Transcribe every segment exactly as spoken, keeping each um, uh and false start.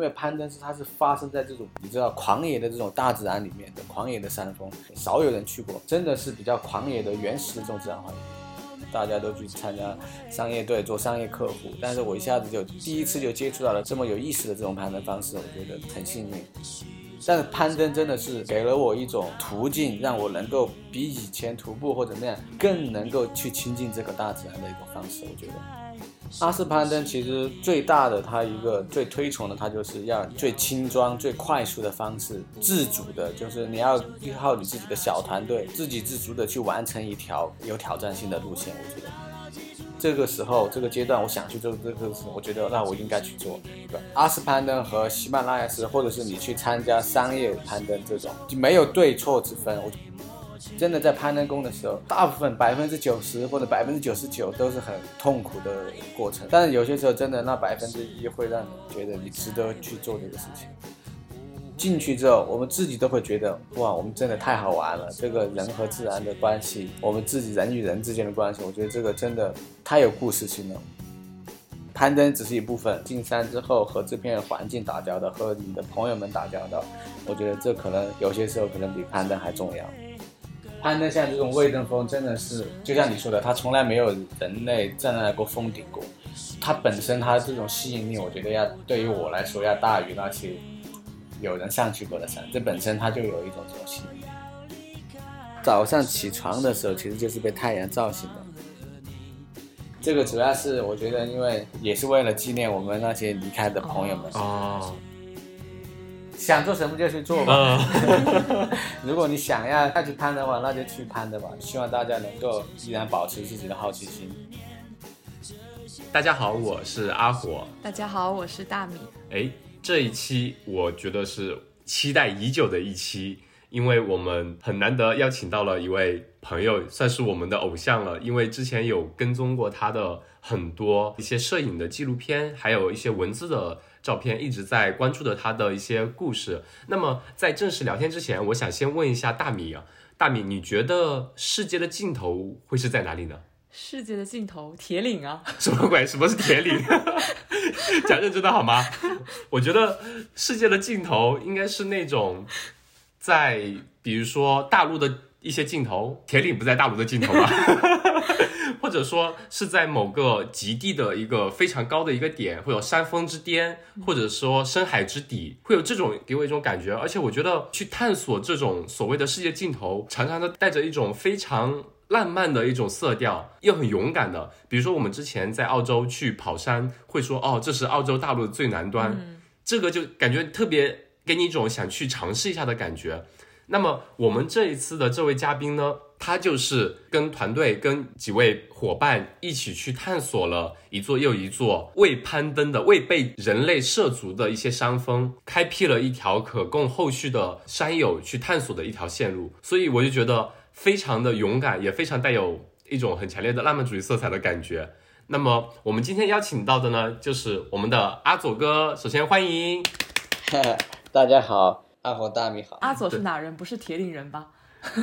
为攀登是它是发生在这种你知道狂野的这种大自然里面的狂野的山峰，少有人去过，真的是比较狂野的原始的这种自然环境。大家都去参加商业队做商业客户，但是我一下子就第一次就接触到了这么有意思的这种攀登方式，我觉得很幸运。但是攀登真的是给了我一种途径，让我能够比以前徒步或者那样更能够去亲近这个大自然的一种方式。我觉得阿斯攀登其实最大的它一个最推崇的，它就是要最轻装最快速的方式，自主的，就是你要依靠你自己的小团队自给自足的去完成一条有挑战性的路线。我觉得这个时候这个阶段我想去做这个事，我觉得那我应该去做阿斯攀登和喜马拉雅斯，或者是你去参加商业攀登，这种没有对错之分。我真的在攀登宫的时候，大部分百分之九十或者百分之九十九都是很痛苦的过程，但是有些时候真的那百分之一会让你觉得你值得去做这个事情。进去之后我们自己都会觉得哇，我们真的太好玩了，这个人和自然的关系，我们自己人与人之间的关系，我觉得这个真的太有故事性了。攀登只是一部分，进山之后和这片环境打交道，和你的朋友们打交道，我觉得这可能有些时候可能比攀登还重要。攀登像这种卫登峰真的是就像你说的，它从来没有人类站在过峰顶过，它本身它这种吸引力，我觉得要对于我来说要大于那些有人上去过的山，这本身它就有一种这种吸引力。早上起床的时候其实就是被太阳照醒的，这个主要是我觉得因为也是为了纪念我们那些离开的朋友们。 哦， 想做什么就去做吧、嗯、如果你想要再去攀的话，那就去攀的吧。希望大家能够依然保持自己的好奇心。 大家好，我是阿火。 大家好，我是大米。 哎，这一期我觉得是期待已久的一期，因为我们很难得邀请到了一位朋友，算是我们的偶像了，因为之前有跟踪过他的很多一些摄影的纪录片，还有一些文字的照片，一直在关注着他的一些故事。那么在正式聊天之前，我想先问一下大米啊，大米，你觉得世界的尽头会是在哪里呢？ 世界的尽头，铁岭啊！ 什么鬼？什么是铁岭？讲认真的好吗？我觉得世界的尽头应该是那种在比如说大陆的一些尽头，铁岭不在大陆的尽头吗？或者说是在某个极地的一个非常高的一个点，会有山峰之巅，或者说深海之底，会有这种给我一种感觉。而且我觉得去探索这种所谓的世界尽头，常常的带着一种非常浪漫的一种色调，又很勇敢的。比如说我们之前在澳洲去跑山，会说哦，这是澳洲大陆的最南端、嗯、这个就感觉特别给你一种想去尝试一下的感觉。那么我们这一次的这位嘉宾呢，他就是跟团队跟几位伙伴一起去探索了一座又一座未攀登的未被人类涉足的一些山峰，开辟了一条可供后续的山友去探索的一条线路。所以我就觉得非常的勇敢，也非常带有一种很强烈的浪漫主义色彩的感觉。那么我们今天邀请到的呢，就是我们的阿佐哥，首先欢迎。 大家好，阿火大米好。 阿佐是哪人？不是铁岭人吧？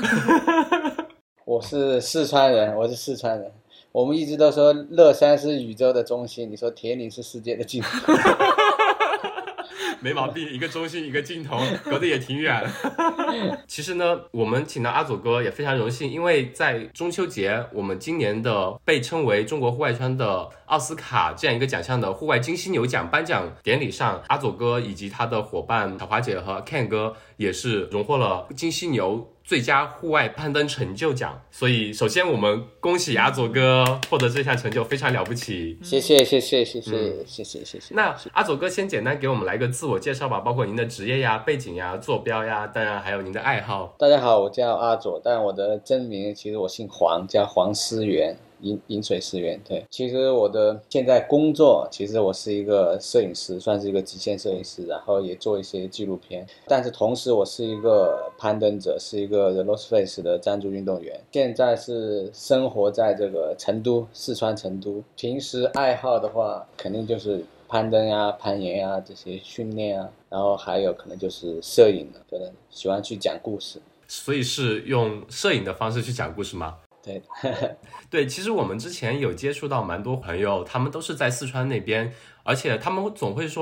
我是四川人，我是四川人。我们一直都说乐山是宇宙的中心，你说铁岭是世界的尽头。 没毛病，一个中心一个尽头，隔得也挺远。其实呢，我们请到阿佐哥也非常荣幸，因为在中秋节，我们今年的被称为中国户外圈的奥斯卡这样一个奖项的户外金犀牛奖颁奖典礼上，阿佐哥以及他的伙伴小华姐和 Ken 哥也是荣获了金犀牛最佳户外攀登成就奖。所以首先我们恭喜阿佐哥获得这项成就，非常了不起。 谢谢谢谢谢谢、嗯、谢谢谢谢。 那阿佐哥先简单给我们来个自我介绍吧，包括您的职业呀、背景呀、坐标呀，当然还有您的爱好。 大家好，我叫阿佐，但我的真名其实我姓黄，叫黄思源，饮饮水思源。对，其实我的现在工作，其实我是一个摄影师，算是一个极限摄影师，然后也做一些纪录片，但是同时我是一个攀登者，是一个 The North Face 的赞助运动员，现在是生活在这个成都，四川成都。平时爱好的话肯定就是攀登啊、攀岩啊这些训练啊，然后还有可能就是摄影的，可能喜欢去讲故事。 所以是用摄影的方式去讲故事吗？ 对对，其实我们之前有接触到蛮多朋友，他们都是在四川那边，而且他们总会说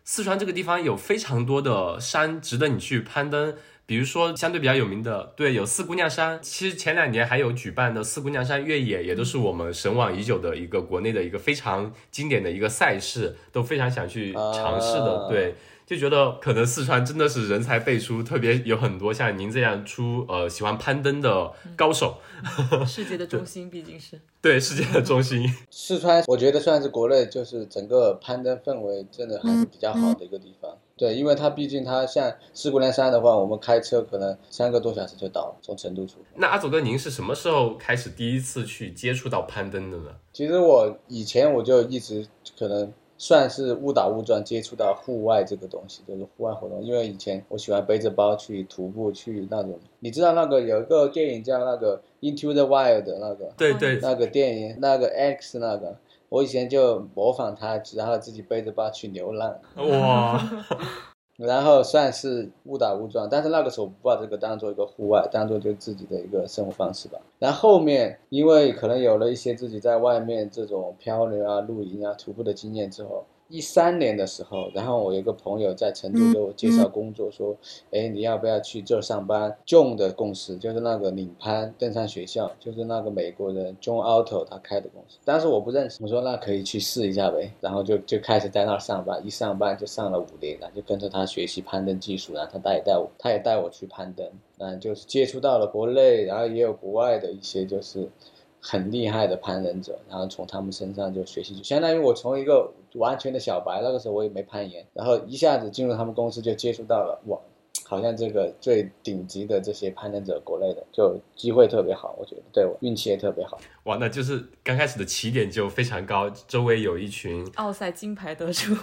四川这个地方有非常多的山值得你去攀登，比如说相对比较有名的，对，有四姑娘山。其实前两年还有举办的四姑娘山越野，也都是我们神往已久的一个国内的一个非常经典的一个赛事，都非常想去尝试的。对，就觉得可能四川真的是人才辈出，特别有很多像您这样出呃喜欢攀登的高手。 世界的中心毕竟是对，世界的中心。 四川我觉得算是国内就是整个攀登氛围真的还是比较好的一个地方。对，因为它毕竟它像四姑娘山的话，我们开车可能三个多小时就到了，从成都出发。 那阿祖哥，您是什么时候开始第一次去接触到攀登的呢？ 其实我以前我就一直可能算是误打误撞接触到户外这个东西，就是户外活动。因为以前我喜欢背着包去徒步，去那种，你知道那个有一个电影叫那个 Into the Wild 的那个， 对对， 那个电影那个 X 那个，我以前就模仿他，然后自己背着包去流浪。 哇！ 然后算是误打误撞，但是那个时候不把这个当做一个户外，当做就自己的一个生活方式吧。然后后面因为可能有了一些自己在外面这种漂流啊、露营啊、徒步的经验之后，一三年的时候，然后我有一个朋友在成都给我介绍工作，说，哎，你要不要去这儿上班 ？John 的公司就是那个领攀登山学校，就是那个美国人 John Otto 他开的公司。当时我不认识，我说那可以去试一下呗，然后就就开始在那儿上班，一上班就上了五年了，就跟着他学习攀登技术，然后他带带我，他也带我去攀登，嗯，就是接触到了国内，然后也有国外的一些就是很厉害的攀登者，然后从他们身上就学习，就相当于我从一个完全的小白，那个时候我也没攀岩，然后一下子进入他们公司就接触到了，哇，好像这个最顶级的这些攀登者，国内的就机会特别好，我觉得对我运气也特别好。 哇，那就是刚开始的起点就非常高，周围有一群奥赛金牌得主。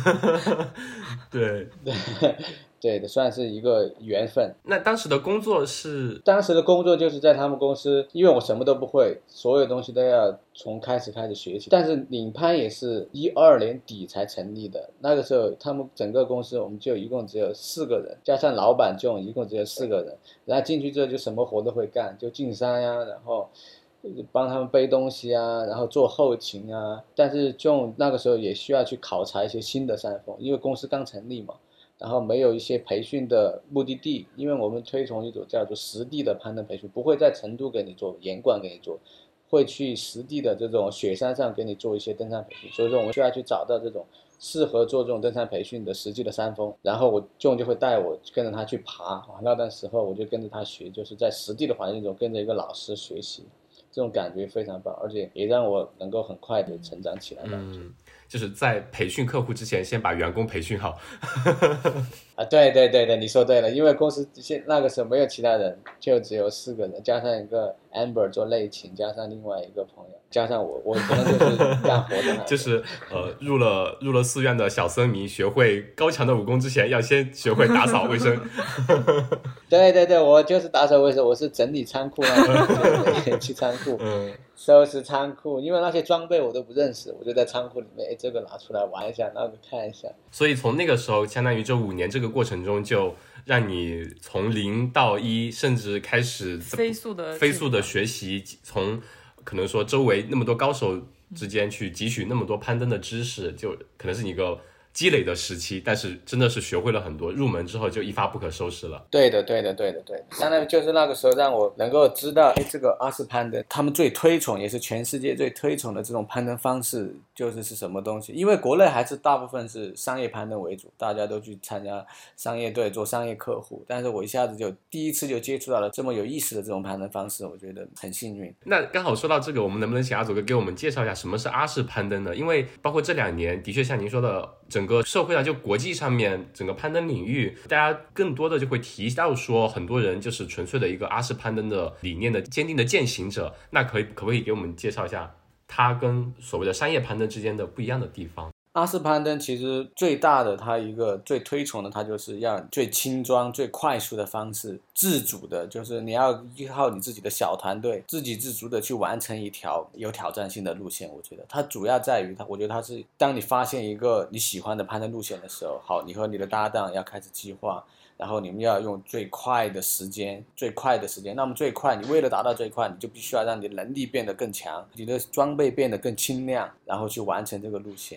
对对对的，算是一个缘分。 那当时的工作是？ 当时的工作就是在他们公司，因为我什么都不会，所有东西都要从开始开始学习。但是领攀也是一二年底才成立的，那个时候他们整个公司我们就一共只有四个人，加上老板 John 一共只有四个人。然后进去之后就什么活都会干，就进山呀，然后帮他们背东西啊，然后做后勤啊。但是 John 那个时候也需要去考察一些新的山峰，因为公司刚成立嘛。然后没有一些培训的目的地，因为我们推崇一种叫做实地的攀登培训，不会在成都给你做，严管给你做，会去实地的这种雪山上给你做一些登山培训。所以说我们需要去找到这种适合做这种登山培训的实际的山峰，然后我 John 就会带我跟着他去爬，那段时候我就跟着他学，就是在实地的环境中跟着一个老师学习，这种感觉非常棒，而且也让我能够很快的成长起来。 嗯，就是在培训客户之前，先把员工培训好。 啊，对对对对，你说对了，因为公司现那个时候没有其他人，就只有四个人，加上一个 Amber 做内勤，加上另外一个朋友，加上我，我可能就是干活的。 就是呃，入了入了寺院的小僧迷，学会高强的武功之前，要先学会打扫卫生。 对对对，我就是打扫卫生，我是整理仓库啊，去仓库， 嗯， 收拾仓库，因为那些装备我都不认识，我就在仓库里面，哎，这个拿出来玩一下，那个看一下。 所以从那个时候，相当于这五年这个过程中，就让你从零到一，甚至开始飞速的飞速的学习，从可能说周围那么多高手之间去汲取那么多攀登的知识，就可能是你一个积累的时期，但是真的是学会了很多，入门之后就一发不可收拾了。 对的，对的，对的，对的。相当于就是那个时候让我能够知道，哎，这个阿斯攀登，他们最推崇，也是全世界最推崇的这种攀登方式，就是是什么东西？因为国内还是大部分是商业攀登为主，大家都去参加商业队做商业客户。但是我一下子就第一次就接触到了这么有意思的这种攀登方式，我觉得很幸运。 那刚好说到这个，我们能不能请阿祖哥给我们介绍一下什么是阿式攀登呢？因为包括这两年，的确像您说的，整个社会上就国际上面整个攀登领域，大家更多的就会提到说，很多人就是纯粹的一个阿式攀登的理念的坚定的践行者。那可以可不可以给我们介绍一下它跟所谓的商业攀登之间的不一样的地方？ 阿式攀登其实最大的，它一个最推崇的，它就是要最轻装、最快速的方式，自主的，就是你要依靠你自己的小团队，自给自足的去完成一条有挑战性的路线。我觉得它主要在于它，我觉得它是当你发现一个你喜欢的攀登路线的时候，好，你和你的搭档要开始计划。然后你们要用最快的时间，最快的时间。那么最快，你为了达到最快，你就必须要让你的能力变得更强，你的装备变得更轻量，然后去完成这个路线。任何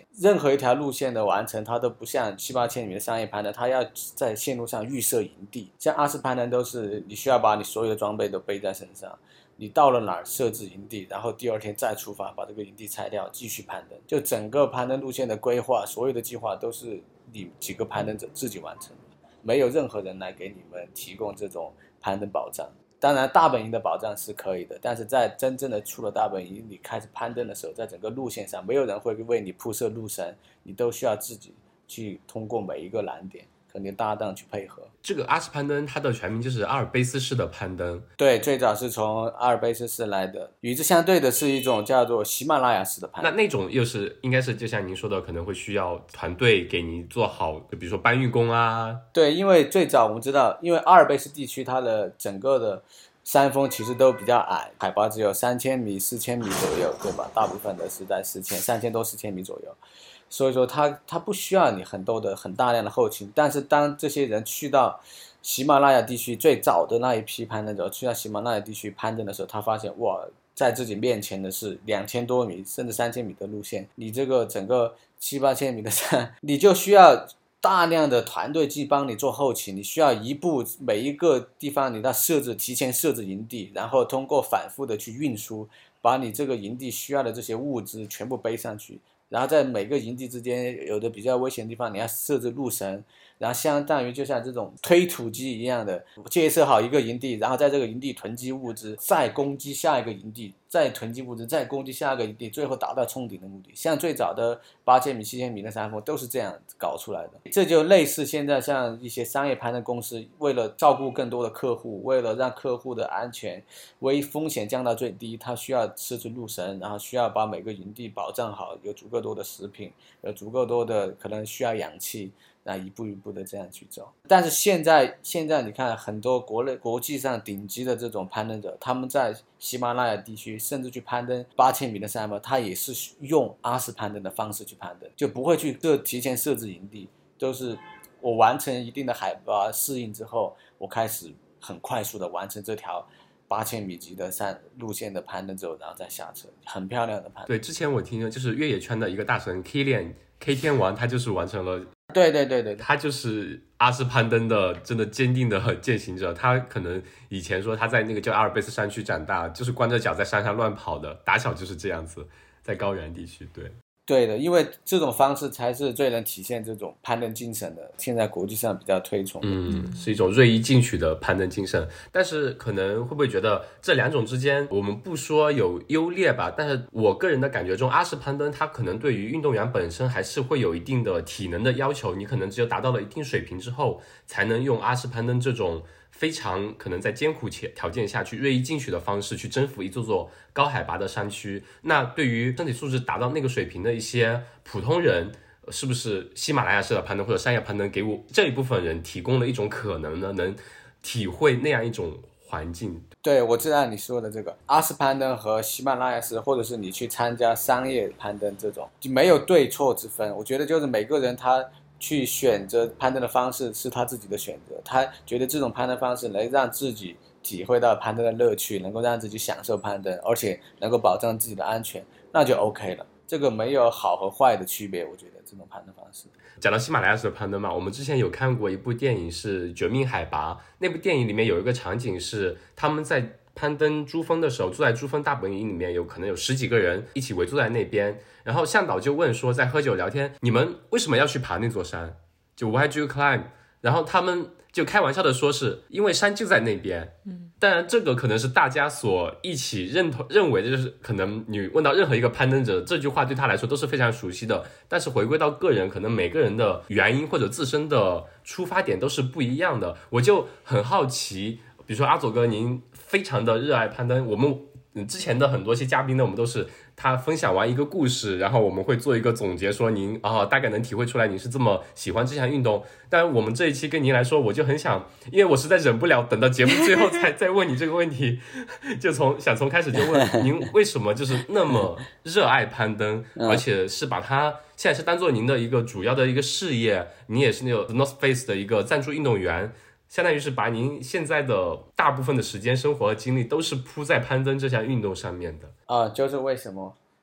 何一条路线的完成，它都不像七八千米的商业攀登，它要在线路上预设营地。像阿斯攀登都是你需要把你所有的装备都背在身上，你到了哪儿设置营地，然后第二天再出发，把这个营地拆掉，继续攀登。就整个攀登路线的规划，所有的计划都是你几个攀登者自己完成的，没有任何人来给你们提供这种攀登保障。当然大本营的保障是可以的，但是在真正的出了大本营你开始攀登的时候，在整个路线上没有人会为你铺设路绳，你都需要自己去通过每一个栏点和你的搭档去配合。 这个阿斯攀登它的全名就是阿尔卑斯式的攀登。 对，最早是从阿尔卑斯式来的，与之相对的是一种叫做喜马拉雅式的攀登。 那那种又是应该是就像您说的，可能会需要团队给你做好，就比如说搬运工啊。 对，因为最早我们知道，因为阿尔卑斯地区它的整个的山峰其实都比较矮，海拔只有三千米、四千米左右，对吧？大部分的是在四千、三千多、四千米左右。所以说它它不需要你很多的很大量的后勤，但是当这些人去到喜马拉雅地区最早的那一批攀登者去到喜马拉雅地区攀登的时候，他发现哇，在自己面前的是两千多米甚至三千米的路线，你这个整个七八千米的山，你就需要大量的团队去帮你做后勤，你需要一步每一个地方你要设置提前设置营地，然后通过反复的去运输，把你这个营地需要的这些物资全部背上去。然后在每个营地之间有的比较危险的地方你要设置路绳，然后相当于就像这种推土机一样的建设好一个营地，然后在这个营地囤积物资，再攻击下一个营地，再囤积物资，再攻击下一个营地，最后达到冲顶的目的。像最早的八千米七千米的山峰都是这样搞出来的。这就类似现在像一些商业攀登公司为了照顾更多的客户，为了让客户的安全为风险降到最低，他需要设置路绳，然后需要把每个营地保障好，有足够多的食品，有足够多的可能需要氧气，然后一步一步的这样去走。但是现在现在你看很多国内国际上顶级的这种攀登者，他们在喜马拉雅地区甚至去攀登八千米的山峰，他也是用阿斯攀登的方式去攀登，就不会去设提前设置营地，都是我完成一定的海拔适应之后，我开始很快速的完成这条八千米级的山路线的攀登之后，然后再下车，很漂亮的攀登。 对，之前我听说就是越野圈的一个大神 Kilian K 天王，他就是完成了。 对对对对， 他就是阿斯攀登的真的坚定的践行者。他可能以前说他在那个叫阿尔卑斯山区长大，就是光着脚在山上乱跑的，打小就是这样子，在高原地区。对对的，因为这种方式才是最能体现这种攀登精神的，现在国际上比较推崇的。 嗯，是一种锐意进取的攀登精神。但是可能会不会觉得这两种之间，我们不说有优劣吧，但是我个人的感觉中，阿斯攀登它可能对于运动员本身还是会有一定的体能的要求，你可能只有达到了一定水平之后，才能用阿斯攀登这种非常可能在艰苦条件下去锐意进取的方式去征服一座座高海拔的山区。那对于身体素质达到那个水平的一些普通人，是不是喜马拉雅式的攀登或者山野攀登给我这一部分人提供了一种可能呢？能体会那样一种环境。 对，我知道你说的这个阿斯攀登和喜马拉雅式，或者是你去参加商业攀登这种，就没有对错之分。我觉得就是每个人他去选择攀登的方式是他自己的选择，他觉得这种攀登方式能让自己体会到攀登的乐趣，能够让自己享受攀登，而且能够保障自己的安全，那就 OK 了。这个没有好和坏的区别，我觉得这种攀登方式。 讲到喜马拉雅式的攀登嘛，我们之前有看过一部电影是《绝命海拔》，那部电影里面有一个场景是他们在攀登珠峰的时候，住在珠峰大本营里面，有可能有十几个人一起围坐在那边，然后向导就问说，在喝酒聊天，你们为什么要去爬那座山？就 Why do you climb？ 然后他们就开玩笑的说是因为山就在那边。嗯，当然这个可能是大家所一起认同认为的，就是可能你问到任何一个攀登者，这句话对他来说都是非常熟悉的，但是回归到个人，可能每个人的原因或者自身的出发点都是不一样的。我就很好奇，比如说阿佐哥您非常的热爱攀登，我们之前的很多些嘉宾呢，我们都是他分享完一个故事，然后我们会做一个总结，说您啊大概能体会出来您是这么喜欢这项运动。但我们这一期跟您来说，我就很想，因为我实在忍不了等到节目最后才再问你这个问题，就从想从开始就问您为什么就是那么热爱攀登，而且是把它现在是当做您的一个主要的一个事业，你也是那个 The North Face 的一个赞助运动员，相当于是把您现在的大部分的时间、生活和精力都是扑在攀登这项运动上面的。 啊、呃，就是为什么？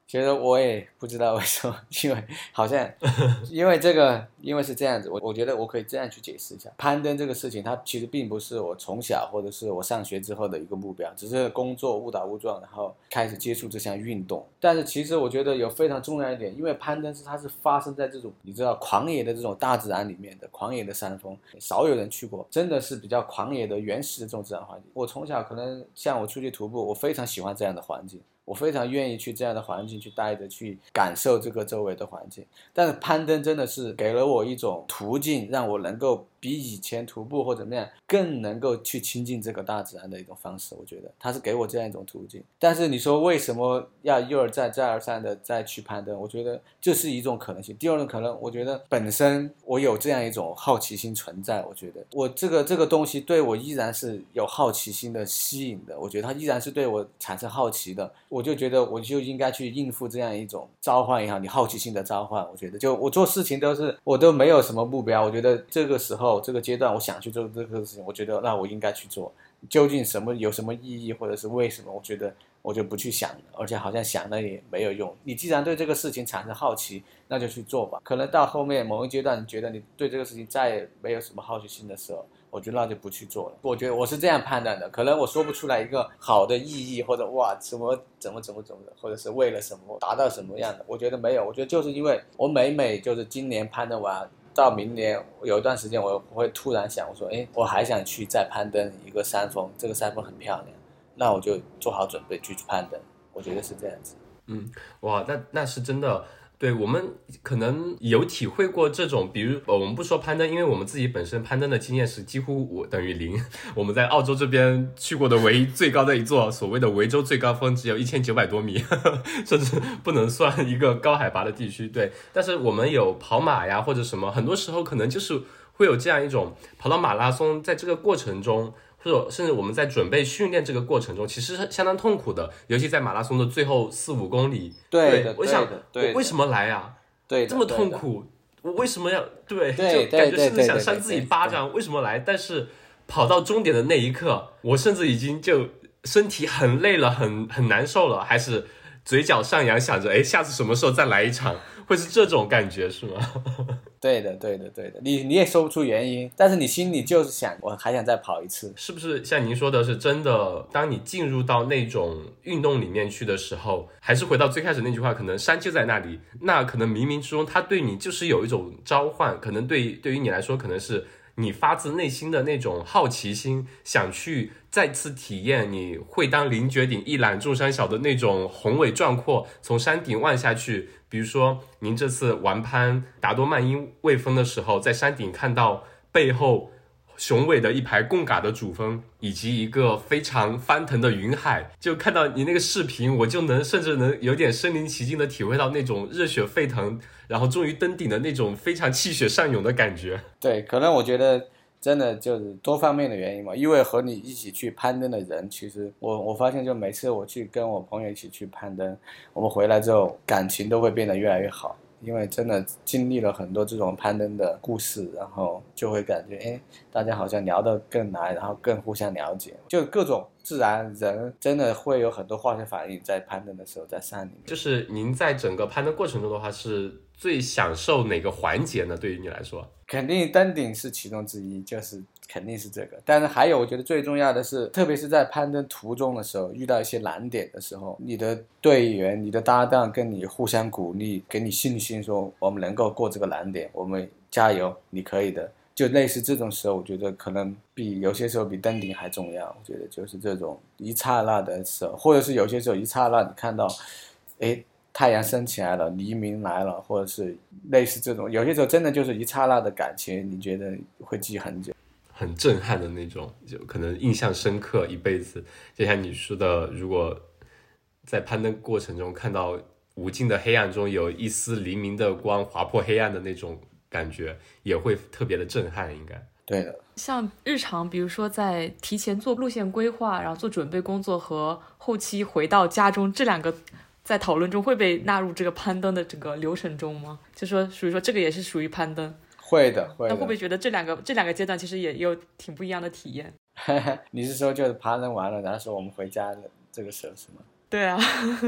觉得我也不知道为什么，因为好像因为这个，因为是这样子，我我觉得我可以这样去解释一下，攀登这个事情，它其实并不是我从小或者是我上学之后的一个目标，只是工作误打误撞，然后开始接触这项运动。但是其实我觉得有非常重要一点，因为攀登是它是发生在这种你知道狂野的这种大自然里面的，狂野的山峰，少有人去过，真的是比较狂野的原始的这种自然环境。我从小可能像我出去徒步，我非常喜欢这样的环境。我非常愿意去这样的环境去待着，去感受这个周围的环境。但是攀登真的是给了我一种途径，让我能够比以前徒步或怎么样更能够去亲近这个大自然的一种方式。我觉得它是给我这样一种途径。但是你说为什么要一而再再而三的再去攀登，我觉得这是一种可能性。第二种可能，我觉得本身我有这样一种好奇心存在，我觉得我这个这个东西对我依然是有好奇心的吸引的，我觉得它依然是对我产生好奇的。我就觉得我就应该去应付这样一种召唤也好，你好奇心的召唤。我觉得就我做事情都是我都没有什么目标，我觉得这个时候这个阶段我想去做这个事情，我觉得那我应该去做。究竟什么有什么意义或者是为什么，我觉得我就不去想了，而且好像想了也没有用。你既然对这个事情产生好奇，那就去做吧。可能到后面某一阶段你觉得你对这个事情再也没有什么好奇心的时候，我觉得那就不去做了。我觉得我是这样判断的，可能我说不出来一个好的意义，或者哇什么怎么怎么怎么的，或者是为了什么达到什么样的，我觉得没有。我觉得就是因为我每每就是今年攀登完到明年有一段时间，我会突然想，我说哎，我还想去再攀登一个山峰，这个山峰很漂亮，那我就做好准备去攀登。我觉得是这样子。 嗯，哇，那那是真的。对，我们可能有体会过这种，比如呃，我们不说攀登，因为我们自己本身攀登的经验是几乎我等于零。我们在澳洲这边去过的唯一最高的一座所谓的维州最高峰只有一千九百多米，呵呵，甚至不能算一个高海拔的地区。对，但是我们有跑马呀或者什么，很多时候可能就是会有这样一种跑到马拉松，在这个过程中。或者甚至我们在准备训练这个过程中，其实是相当痛苦的，尤其在马拉松的最后四五公里。 对的， 我想对的， 我为什么来啊？ 对的， 这么痛苦，我为什么要对？ 对， 就感觉甚至想扇自己巴掌，为什么来？但是跑到终点的那一刻，我甚至已经就身体很累了，很很难受了，还是嘴角上扬，想着哎，下次什么时候再来一场？会是这种感觉是吗？ 对的，对的，对的，你你也说不出原因，但是你心里就是想，我还想再跑一次， 是不是？像您说的是真的，当你进入到那种运动里面去的时候，还是回到最开始那句话，可能山就在那里，那可能冥冥之中，它对你就是有一种召唤，可能对对于你来说，可能是你发自内心的那种好奇心，想去再次体验你会当凌绝顶一览众山小的那种宏伟壮阔，从山顶望下去。比如说您这次完攀达多曼因卫峰的时候，在山顶看到背后雄伟的一排贡嘎的主峰，以及一个非常翻腾的云海，就看到你那个视频，我就能甚至能有点身临其境的体会到那种热血沸腾，然后终于登顶的那种非常气血上涌的感觉。 对，可能我觉得真的就是多方面的原因嘛，因为和你一起去攀登的人，其实我我发现就每次我去跟我朋友一起去攀登，我们回来之后感情都会变得越来越好，因为真的经历了很多这种攀登的故事，然后就会感觉哎，大家好像聊得更来，然后更互相了解，就各种自然人真的会有很多化学反应在攀登的时候，在山里面。 就是您在整个攀登过程中的话，是最享受哪个环节呢？对于你来说？ 肯定登顶是其中之一，就是肯定是这个，但是还有我觉得最重要的是，特别是在攀登途中的时候，遇到一些难点的时候，你的队员你的搭档跟你互相鼓励，给你信心，说我们能够过这个难点，我们加油，你可以的，就类似这种时候，我觉得可能比有些时候比登顶还重要。我觉得就是这种一刹那的时候，或者是有些时候一刹那你看到诶太阳升起来了，黎明来了，或者是类似这种，有些时候真的就是一刹那的感情，你觉得会记很久， 很震撼的那种，就可能印象深刻一辈子。就像你说的，如果在攀登过程中看到无尽的黑暗中有一丝黎明的光划破黑暗的那种感觉，也会特别的震撼，应该。 对的。 像日常比如说在提前做路线规划，然后做准备工作和后期回到家中，这两个在讨论中会被纳入这个攀登的整个流程中吗？就说属于说这个也是属于攀登。 会的会的。 那会不会觉得这两个这两个阶段其实也有挺不一样的体验？ 你是说就是爬登完了然后说我们回家的这个时候是吗？ 对啊。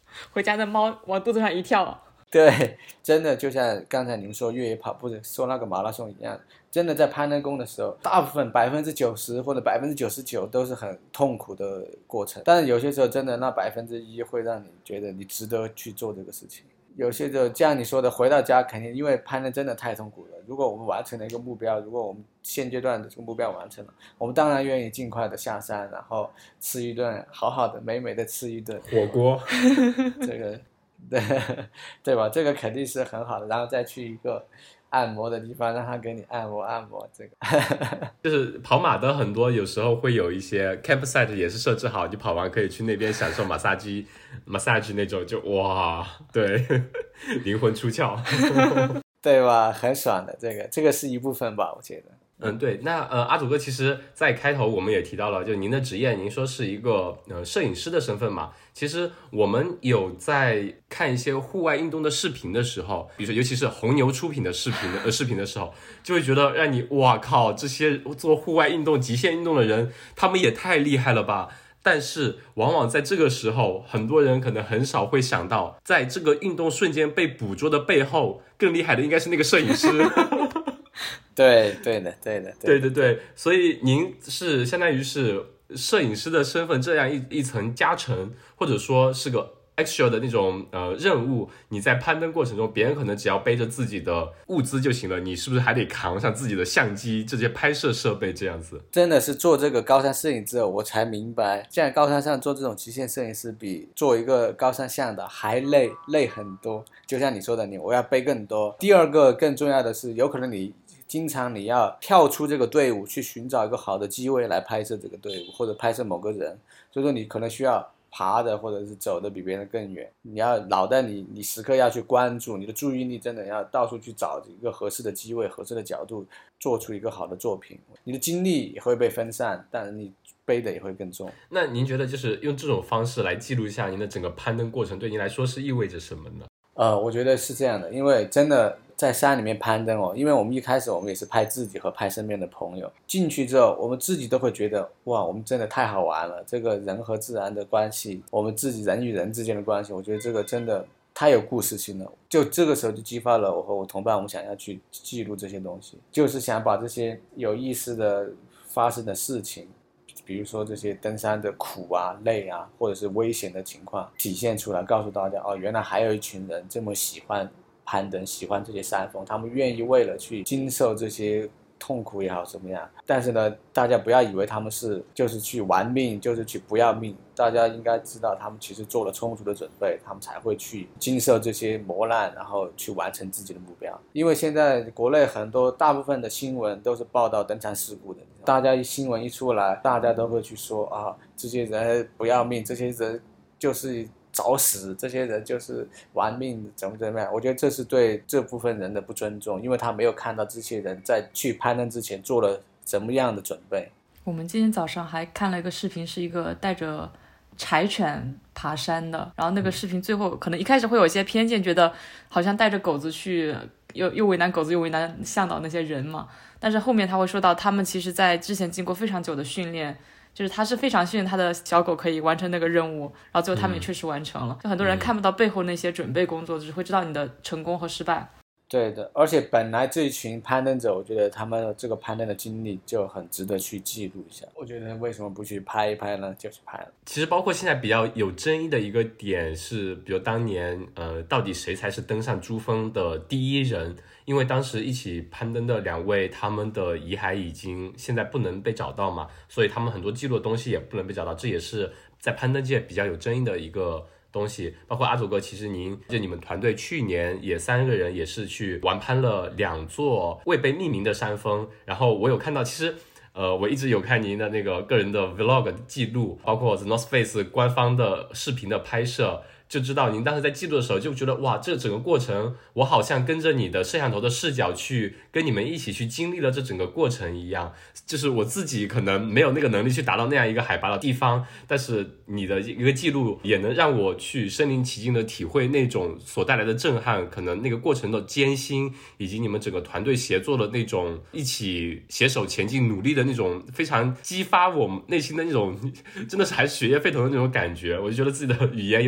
回家的猫往肚子上一跳。 对，真的就像刚才您说越野跑不是说那个马拉松一样，真的在攀登宫的时候，大部分百分之九十或者百分之九十九都是很痛苦的过程，但是有些时候真的那百分之一会让你觉得你值得去做这个事情。有些就像你说的，回到家肯定因为攀登真的太痛苦了。如果我们完成了一个目标，如果我们现阶段的这个目标完成了，我们当然愿意尽快的下山，然后吃一顿好好的美美的吃一顿火锅， 这个对对吧？这个肯定是很好的，然后再去一个按摩的地方，让他给你按摩按摩。这个就是跑马的很多有时候会有一些 campsite 也是设置好，你跑完可以去那边享受马杀鸡 massage 那种，就哇，对，灵魂出窍， 对吧？很爽的，这个这个是一部分吧，我觉得。 嗯，对，那呃，阿祖哥，其实在开头我们也提到了，就您的职业，您说是一个呃摄影师的身份嘛。其实我们有在看一些户外运动的视频的时候，比如说尤其是红牛出品的视频的呃视频的时候，就会觉得让你哇靠，这些做户外运动、极限运动的人，他们也太厉害了吧。但是往往在这个时候，很多人可能很少会想到，在这个运动瞬间被捕捉的背后，更厉害的应该是那个摄影师。 对对的对的对对对，所以您是相当于是摄影师的身份这样一一层加成，或者说是个 extra 的那种呃任务，你在攀登过程中，别人可能只要背着自己的物资就行了，你是不是还得扛上自己的相机这些拍摄设备这样子？ 真的是做这个高山摄影之后，我才明白，在高山上做这种极限摄影师比做一个高山向导还累累很多。就像你说的，你我要背更多。第二个更重要的是，有可能你经常你要跳出这个队伍去寻找一个好的机位来拍摄这个队伍，或者拍摄某个人，所以说你可能需要爬的或者是走的比别人更远，你要脑袋你你时刻要去关注，你的注意力真的要到处去找一个合适的机位、合适的角度，做出一个好的作品。你的精力也会被分散，但是你背的也会更重。 那您觉得就是用这种方式来记录一下您的整个攀登过程，对您来说是意味着什么呢？ 呃，我觉得是这样的，因为真的在山里面攀登哦，因为我们一开始我们也是拍自己和拍身边的朋友，进去之后我们自己都会觉得哇，我们真的太好玩了，这个人和自然的关系，我们自己人与人之间的关系，我觉得这个真的太有故事性了。就这个时候就激发了我和我同伴，我们想要去记录这些东西，就是想把这些有意思的发生的事情，比如说这些登山的苦啊、累啊，或者是危险的情况体现出来，告诉大家哦，原来还有一群人这么喜欢攀登，喜欢这些山峰，他们愿意为了去经受这些痛苦也好怎么样，但是呢，大家不要以为他们是就是去玩命，就是去不要命，大家应该知道他们其实做了充足的准备，他们才会去经受这些磨难，然后去完成自己的目标。因为现在国内很多大部分的新闻都是报道登山事故的，大家新闻一出来，大家都会去说啊，这些人不要命，这些人就是找死，这些人就是玩命，怎么怎么样。我觉得这是对这部分人的不尊重，因为他没有看到这些人在去攀登之前做了怎么样的准备。 我们今天早上还看了一个视频，是一个带着柴犬爬山的，然后那个视频最后可能一开始会有一些偏见，觉得好像带着狗子去又又为难狗子又为难向导那些人嘛，但是后面他会说到他们其实在之前经过非常久的训练，就是他是非常信任他的小狗可以完成那个任务，然后最后他们也确实完成了、嗯、就很多人看不到背后那些准备工作、嗯、只会知道你的成功和失败。 对的，而且本来这一群攀登者，我觉得他们这个攀登的经历就很值得去记录一下。我觉得为什么不去拍一拍呢？就去拍了。 其实包括现在比较有争议的一个点是，比如当年呃，到底谁才是登上珠峰的第一人？因为当时一起攀登的两位，他们的遗骸已经现在不能被找到嘛，所以他们很多记录的东西也不能被找到，这也是在攀登界比较有争议的一个东西。包括阿祖哥，其实您就你们团队去年也三个人也是去完攀了两座未被命名的山峰，然后我有看到，其实呃，我一直有看您的那个个人的 vlog 记录，包括 The North Face 官方的视频的拍摄，就知道您当时在记录的时候就觉得哇，这整个过程我好像跟着你的摄像头的视角去跟你们一起去经历了这整个过程一样。就是我自己可能没有那个能力去达到那样一个海拔的地方，但是你的一个记录也能让我去身临其境的体会那种所带来的震撼，可能那个过程的艰辛，以及你们整个团队协作的那种一起携手前进努力的那种非常激发我们内心的那种真的是还是血液沸腾的那种感觉。我就觉得自己的语言有点贫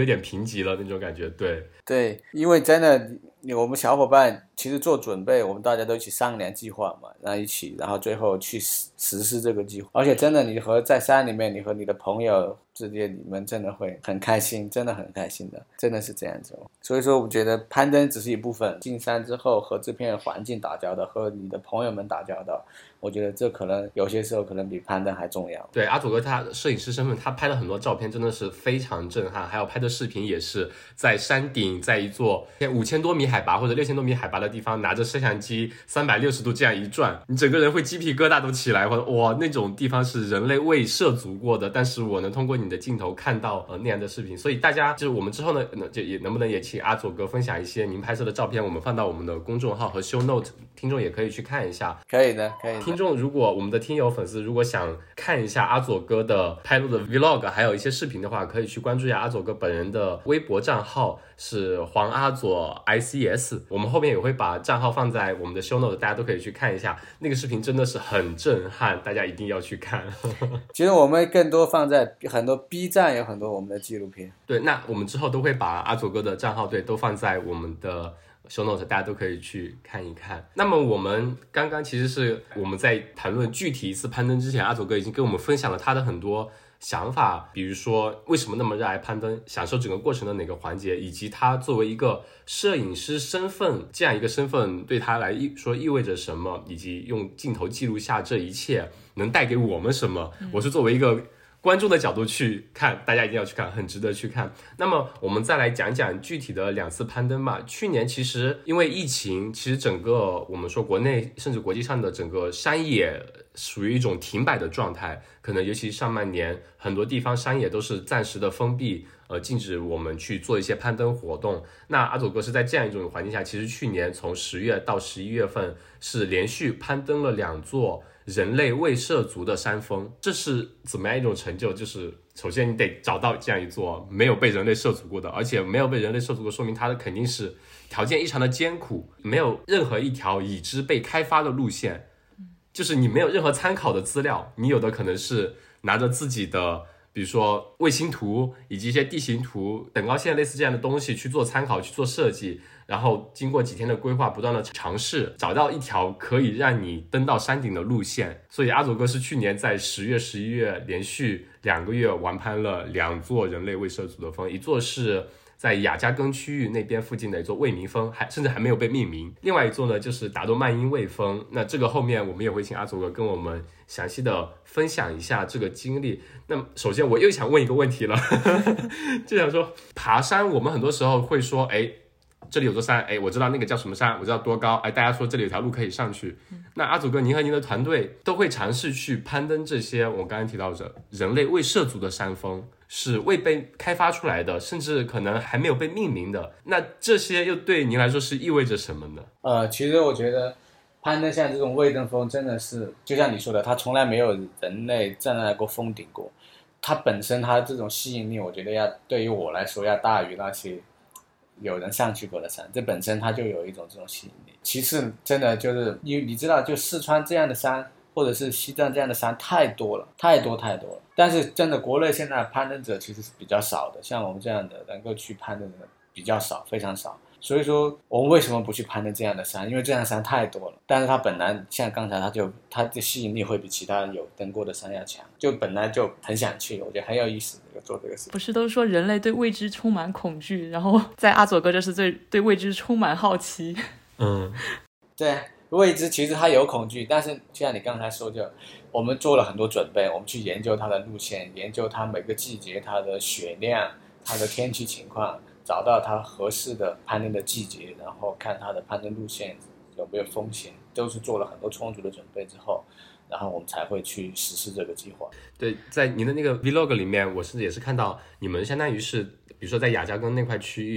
级了那种感觉。对对，因为真的我们小伙伴其实做准备，我们大家都一起商量计划嘛，然后一起，然后最后去实实施这个计划。而且真的，你和在山里面，你和你的朋友之间，你们真的会很开心，真的很开心的，真的是这样子。所以说，我觉得攀登只是一部分，进山之后和这片环境打交道，和你的朋友们打交道，我觉得这可能有些时候可能比攀登还重要。 对，阿佐哥他摄影师身份，他拍了很多照片，真的是非常震撼，还有拍的视频也是在山顶，在一座五千多米海拔或者六千多米海拔的地方，拿着摄像机三百六十度这样一转，你整个人会鸡皮疙瘩都起来，或者哇，那种地方是人类未涉足过的，但是我能通过你的镜头看到呃那样的视频。所以大家就是我们之后呢，就也能不能也请阿佐哥分享一些您拍摄的照片，我们放到我们的公众号和 show note， 听众也可以去看一下。 可以的，可以的。 听众如果我们的听友粉丝如果想看一下阿佐哥的拍录的 vlog 还有一些视频的话，可以去关注一下阿佐哥本人的微博账号，是黄阿佐 I C S， 我们后面也会把账号放在我们的 show note， 大家都可以去看一下，那个视频真的是很震撼，大家一定要去看。 其实我们更多放在很多 B 站有很多我们的纪录片。 对，那我们之后都会把阿佐哥的账号对都放在我们的show note， 大家都可以去看一看。那么我们刚刚其实是我们在谈论具体一次攀登之前，阿佐哥已经跟我们分享了他的很多想法，比如说为什么那么热爱攀登，享受整个过程的哪个环节，以及他作为一个摄影师身份，这样一个身份对他来说意味着什么，以及用镜头记录下这一切能带给我们什么。我是作为一个观众的角度去看，大家一定要去看，很值得去看。那么我们再来讲讲具体的两次攀登吧。去年其实因为疫情，其实整个我们说国内甚至国际上的整个山野属于一种停摆的状态，可能尤其上半年很多地方山野都是暂时的封闭，呃，禁止我们去做一些攀登活动。那阿佐哥是在这样一种环境下，其实去年从十月到十一月份是连续攀登了两座人类未涉足的山峰。这是怎么样一种成就？就是首先你得找到这样一座没有被人类涉足过的，而且没有被人类涉足过，说明它的肯定是条件异常的艰苦，没有任何一条已知被开发的路线，就是你没有任何参考的资料，你有的可能是拿着自己的比如说卫星图以及一些地形图、等高线类似这样的东西去做参考，去做设计，然后经过几天的规划，不断的尝试，找到一条可以让你登到山顶的路线。所以阿佐哥是去年在十月、十一月连续两个月完攀了两座人类未涉足的峰，一座是在雅加根区域那边附近的一座未名峰，还甚至还没有被命名。另外一座呢，就是达多曼因卫峰。那这个后面我们也会请阿佐哥跟我们详细的分享一下这个经历。那么首先我又想问一个问题了，就想说爬山，我们很多时候会说，哎，这里有座山，哎，我知道那个叫什么山，我知道多高，哎，大家说这里有条路可以上去。嗯、那阿祖哥，您和您的团队都会尝试去攀登这些我刚才提到的人类未涉足的山峰，是未被开发出来的，甚至可能还没有被命名的。那这些又对您来说是意味着什么呢？ 呃，其实我觉得攀登像这种未登峰真的是，就像你说的，它从来没有人类站在过峰顶过。它本身它这种吸引力，我觉得要对于我来说要大于那些有人上去过的山，这本身它就有一种这种吸引力。其次，真的就是你你知道，就四川这样的山，或者是西藏这样的山太多了，太多太多了。但是真的国内现在攀登者其实是比较少的，像我们这样的能够去攀登的比较少，非常少。所以说我们为什么不去攀登这样的山？因为这样的山太多了，但是它本来像刚才它就它的吸引力会比其他有登过的山要强，就本来就很想去，我觉得很有意思做这个事情。 不是都说人类对未知充满恐惧，然后在阿佐哥这是对对未知充满好奇。 嗯， 对，未知其实它有恐惧，但是就像你刚才说，就我们做了很多准备，我们去研究它的路线，研究它每个季节它的雪量、它的天气情况，找到它合适的攀登的季节，然后看它的攀登路线有没有风险，都是做了很多充足的准备之后，然后我们才会去实施这个计划。 对，在您的那个 vlog 里面，我是也是看到你们相当于是比如说在雅加根那块区域，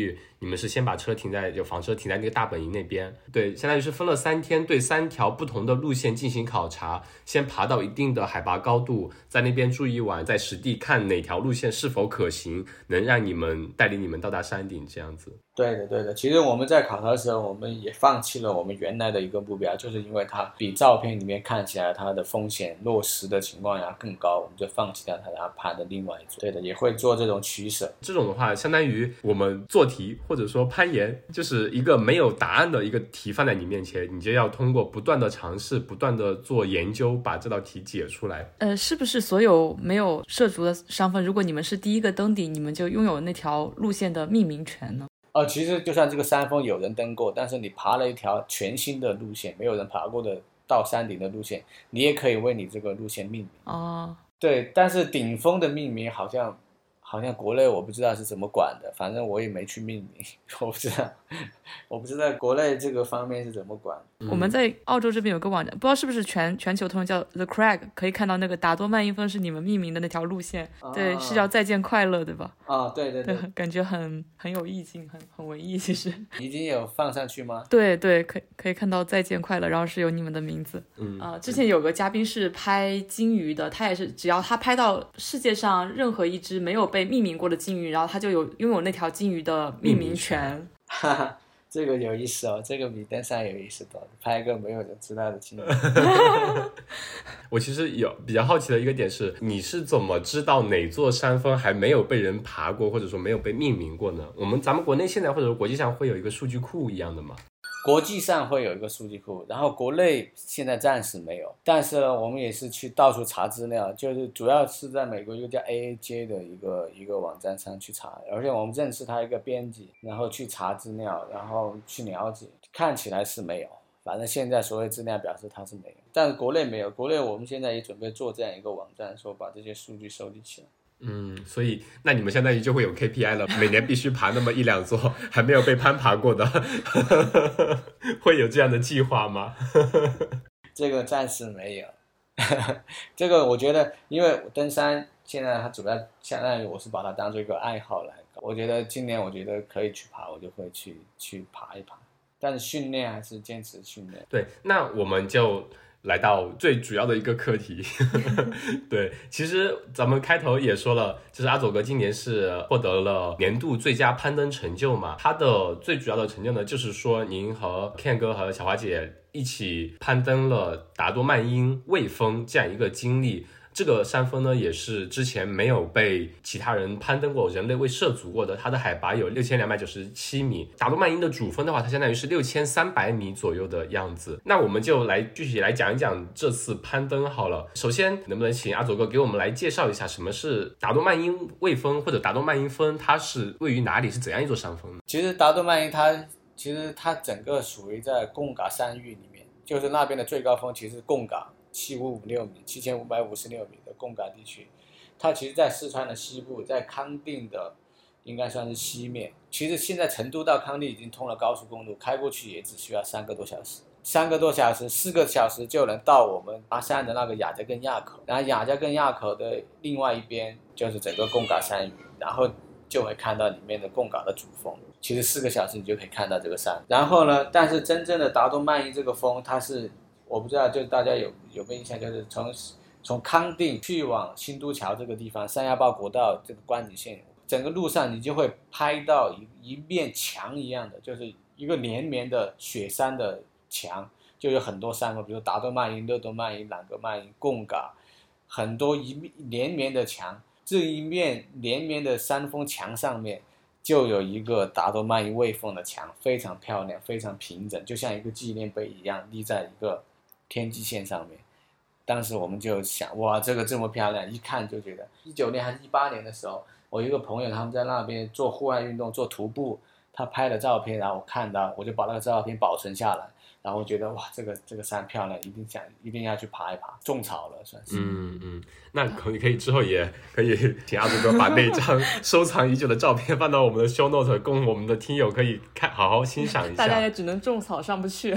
你们是先把车停在就房车停在那个大本营那边，对，相当于是分了三天，对三条不同的路线进行考察，先爬到一定的海拔高度，在那边住一晚，在实地看哪条路线是否可行，能让你们带领你们到达山顶这样子。 对的对的，其实我们在考察的时候，我们也放弃了我们原来的一个目标，就是因为它比照片里面看起来它的风险落实的情况呀更高，我们就放弃掉它，然后爬的另外一组。对的，也会做这种取舍。 这种的话相当于我们做题或者说攀岩，就是一个没有答案的一个题放在你面前，你就要通过不断的尝试，不断的做研究，把这道题解出来。 呃，是不是所有没有涉足的山峰，如果你们是第一个登顶，你们就拥有那条路线的命名权呢？ 哦，其实就算这个山峰有人登过，但是你爬了一条全新的路线，没有人爬过的到山顶的路线，你也可以为你这个路线命名。 哦， 对，但是顶峰的命名好像好像国内我不知道是怎么管的，反正我也没去命名，我不知道，我不知道国内这个方面是怎么管。 我们在澳洲这边有个网站，不知道是不是全全球通用，叫 The Crag， 可以看到那个达多曼因峰是你们命名的那条路线，啊、对，是叫再见快乐，对吧？ 啊，对对 对, 对，感觉很很有意境，很很文艺。其实已经有放上去吗？ 对对，可以可以看到再见快乐，然后是有你们的名字。 嗯啊、呃，之前有个嘉宾是拍金鱼的，他也是只要他拍到世界上任何一只没有被命名过的金鱼，然后他就有拥有那条金鱼的命名权。 哈哈。这个有意思哦，这个比登山有意思多了，拍一个没有人知道的经历。 我其实有比较好奇的一个点是，你是怎么知道哪座山峰还没有被人爬过，或者说没有被命名过呢？我们咱们国内现在或者说国际上会有一个数据库一样的吗？ 国际上会有一个数据库，然后国内现在暂时没有，但是呢，我们也是去到处查资料，就是主要是在美国一个叫 A A J 的一个一个网站上去查，而且我们认识他一个编辑，然后去查资料，然后去了解，看起来是没有，反正现在所有资料表示它是没有，但是国内没有，国内我们现在也准备做这样一个网站，说把这些数据收集起来。 嗯，所以那你们相当于就会有 K P I 了，每年必须爬那么一两座还没有被攀爬过的，会有这样的计划吗？ 这个暂时没有，这个我觉得，因为登山现在它主要相当于我是把它当做一个爱好来搞，我觉得今年我觉得可以去爬，我就会去去爬一爬，但是训练还是坚持训练。 对，那我们就来到最主要的一个课题。对，其实咱们开头也说了，就是阿佐哥今年是获得了年度最佳攀登成就嘛，他的最主要的成就呢，就是说您和 Ken 哥和小华姐一起攀登了达多曼因卫峰这样一个经历。这个山峰呢，也是之前没有被其他人攀登过，人类未涉足过的。它的海拔有六千两百九十七米。达多曼因的主峰的话，它相当于是六千三百米左右的样子。那我们就来具体来讲一讲这次攀登好了。首先，能不能请阿佐哥给我们来介绍一下什么是达多曼因卫峰或者达多曼因峰？它是位于哪里？是怎样一座山峰呢？ 其实达多曼因它其实它整个属于在贡嘎山域里面，就是那边的最高峰其实是贡嘎。七五五六米，七千五百五十六米的贡嘎地区，它其实在四川的西部，在康定的应该算是西面。其实现在成都到康定已经通了高速公路，开过去也只需要三个多小时，三个多小时，四个小时就能到我们爬山的那个雅加根垭口。然后雅加根垭口的另外一边就是整个贡嘎山域，然后就会看到里面的贡嘎的主峰。其实四个小时你就可以看到这个山。然后呢，但是真正的达多曼因这个峰，它是我不知道，就是大家有有没有印象，就是从从康定去往新都桥这个地方，三幺八国道这个观景线，整个路上你就会拍到一一面墙一样的，就是一个连绵的雪山的墙，就有很多山峰，比如达多曼因、勒多曼因、朗格曼因、贡嘎，很多一连绵的墙，这一面连绵的山峰墙上面就有一个达多曼因卫峰的墙，非常漂亮，非常平整，就像一个纪念碑一样立在一个天际线上面。当时我们就想，哇，这个这么漂亮，一看就觉得。一九年还是一八年的时候，我有一个朋友他们在那边做户外运动，做徒步，他拍了照片，然后我看到，我就把那个照片保存下来，然后觉得哇，这个这个山漂亮，一定想一定要去爬一爬，种草了算是。 嗯嗯，那可以可以之后也可以请阿祖哥把那张收藏已久的照片放到我们的 show note， 供我们的听友可以看好好欣赏一下。 大家也只能种草上不去。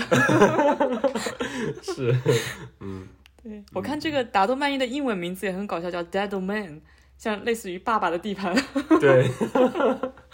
是，嗯。 对，我看这个达多曼因的英文名字也很搞笑，叫 Dad Domain， 像类似于爸爸的地盘。 对，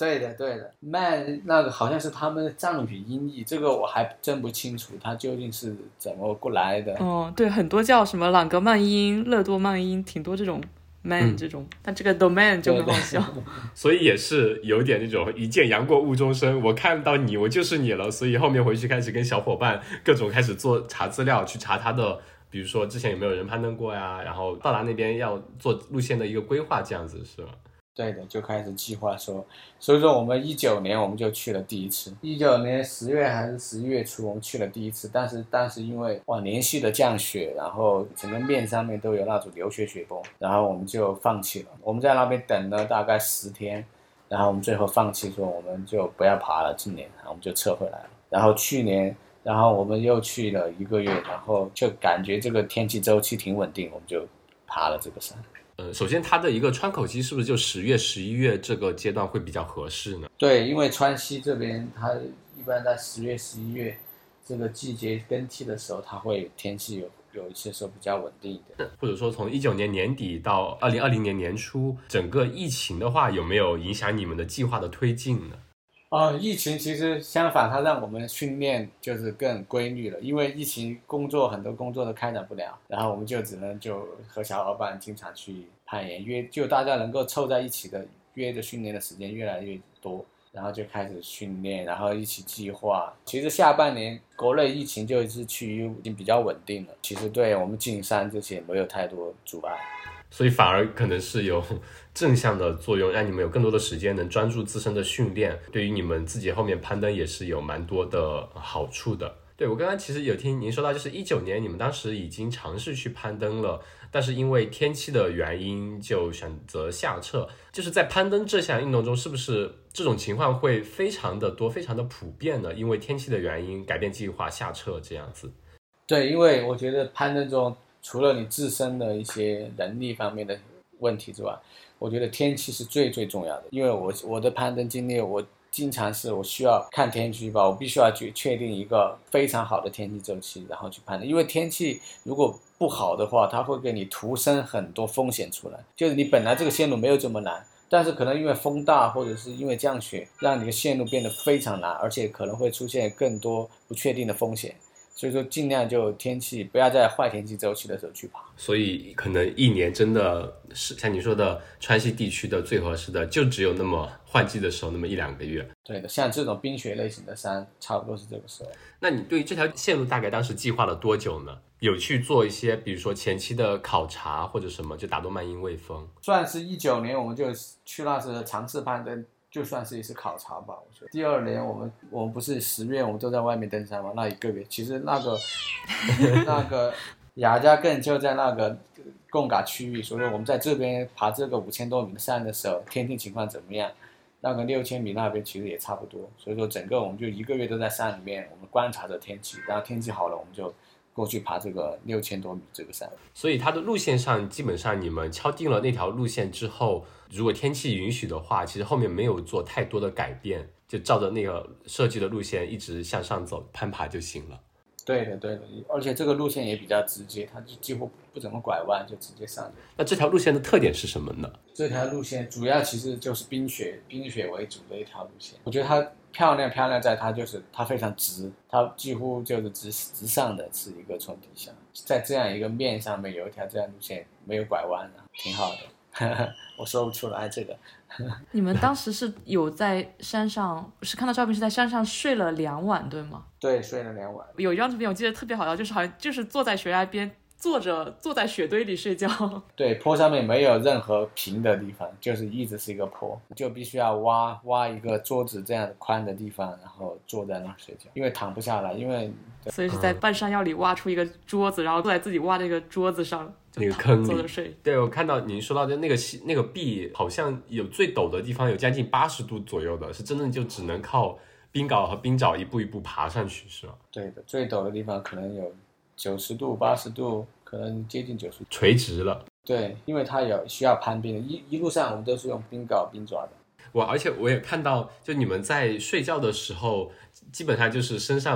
对的对的，慢那个好像是他们的藏语音译，这个我还真不清楚它究竟是怎么过来的。 哦，对，很多叫什么朗格曼音、勒多曼音，挺多这种 man 这种，嗯、但这个 domain 就很好笑。 所以也是有点那种一见杨过误终身，我看到你我就是你了，所以后面回去开始跟小伙伴各种开始做查资料，去查他的比如说之前有没有人攀登过呀，然后到达那边要做路线的一个规划，这样子是吧？ 对的，就开始计划说，所以说我们一九年我们就去了第一次，一九年十月还是十一月初我们去了第一次，但是当时因为哇连续的降雪，然后整个面上面都有那种流雪雪崩，然后我们就放弃了。我们在那边等了大概十天，然后我们最后放弃说我们就不要爬了，今年然后我们就撤回来了。然后去年，然后我们又去了一个月，然后就感觉这个天气周期挺稳定，我们就爬了这个山。 呃，首先它的一个川口期是不是就十月、十一月这个阶段会比较合适呢？ 对，因为川西这边它一般在十月、十一月这个季节更替的时候，它会天气有有一些时候比较稳定一点。 或者说从一九年年底到二零二零年年初，整个疫情的话有没有影响你们的计划的推进呢？ 啊、呃，疫情其实相反，它让我们训练就是更规律了。因为疫情工作很多工作都开展不了，然后我们就只能就和小伙伴经常去攀岩，约就大家能够凑在一起的约着训练的时间越来越多，然后就开始训练，然后一起计划。其实下半年国内疫情就是趋于已经比较稳定了，其实对我们进山这些没有太多阻碍。 所以反而可能是有正向的作用，让你们有更多的时间能专注自身的训练，对于你们自己后面攀登也是有蛮多的好处的。对，我刚刚其实有听您说到，就是一九年你们当时已经尝试去攀登了，但是因为天气的原因就选择下撤。就是在攀登这项运动中，是不是这种情况会非常的多，非常的普遍呢？因为天气的原因改变计划下撤这样子。 对，因为我觉得攀登中除了你自身的一些能力方面的问题之外，我觉得天气是最最重要的。因为我我的攀登经历，我经常是我需要看天气预报，我必须要去确定一个非常好的天气周期，然后去攀登。因为天气如果不好的话，它会给你徒生很多风险出来。就是你本来这个线路没有这么难，但是可能因为风大或者是因为降雪，让你的线路变得非常难，而且可能会出现更多不确定的风险。所以说尽量就天气不要在坏天气周期的时候去爬。 所以可能一年真的是像你说的川西地区的最合适的就只有那么换季的时候那么一两个月。 对的，像这种冰雪类型的山差不多是这个时候。 那你对于这条线路大概当时计划了多久呢？有去做一些比如说前期的考察或者什么，就达多曼因卫峰算是一九年我们就去那时尝试攀登，就算是一次考察吧。我觉得第二年我们我们不是十月我们都在外面登山吗？那一个月其实那个那个雅加更就在那个贡嘎区域，所以说我们在这边爬这个五千多米的山的时候，天气情况怎么样？那个六千米那边其实也差不多，所以说整个我们就一个月都在山里面，我们观察着天气，然后天气好了我们就过去爬这个六千多米这个山。 所以它的路线上基本上你们敲定了那条路线之后，如果天气允许的话，其实后面没有做太多的改变，就照着那个设计的路线一直向上走攀爬就行了。 对的对的，而且这个路线也比较直接，它就几乎不怎么拐弯，就直接上去。 那这条路线的特点是什么呢？ 这条路线主要其实就是冰雪冰雪为主的一条路线。我觉得它漂亮漂亮在它就是它非常直，它几乎就是直直上的是一个冲底下，在这样一个面上面有一条这样路线，没有拐弯啊，挺好的。我说不出来这个。 你们当时是有在山上，是看到照片是在山上睡了两晚对吗？ 对，睡了两晚。 有一张照片我记得特别好笑，就是好像就是坐在悬崖边，坐着坐在雪堆里睡觉。 对，坡上面没有任何平的地方，就是一直是一个坡，就必须要挖挖一个桌子这样宽的地方，然后坐在那儿睡觉，因为躺不下来，因为所以是在半山腰里挖出一个桌子，然后坐在自己挖这个桌子上。 那个坑里坐着睡。 对，我看到您说到的那个那个壁好像有最陡的地方有将近八十度左右的，是真的就只能靠冰镐和冰爪一步一步爬上去是吧？ 对的，最陡的地方可能有九十度八十度，可能接近九十度， 垂直了。 对，因为它有需要攀冰的，一一路上我们都是用冰镐冰爪的。 我而且我也看到就你们在睡觉的时候基本上就是身上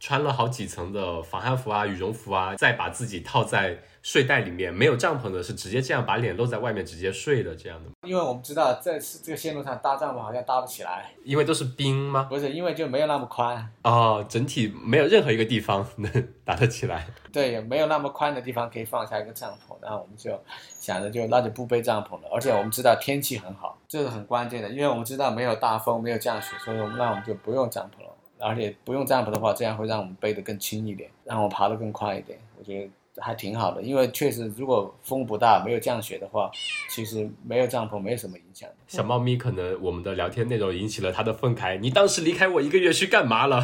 穿了好几层的防寒服啊、羽绒服啊，再把自己套在睡袋里面。没有帐篷的是直接这样把脸露在外面直接睡的这样的。 因为我们知道这次这个线路上搭帐篷好像搭不起来， 因为都是冰吗？ 不是，因为就没有那么宽哦，整体没有任何一个地方能搭得起来。 对，没有那么宽的地方可以放下一个帐篷，然后我们就想着就那就不背帐篷了。而且我们知道天气很好，这是很关键的，因为我们知道没有大风没有降雪，所以我们那我们就不用帐篷了。而且不用帐篷的话，这样会让我们背得更轻一点，让我爬得更快一点，我觉得还挺好的。因为确实如果风不大没有降雪的话，其实没有帐篷没有什么影响。 小猫咪可能我们的聊天内容引起了他的愤慨，你当时离开我一个月去干嘛了？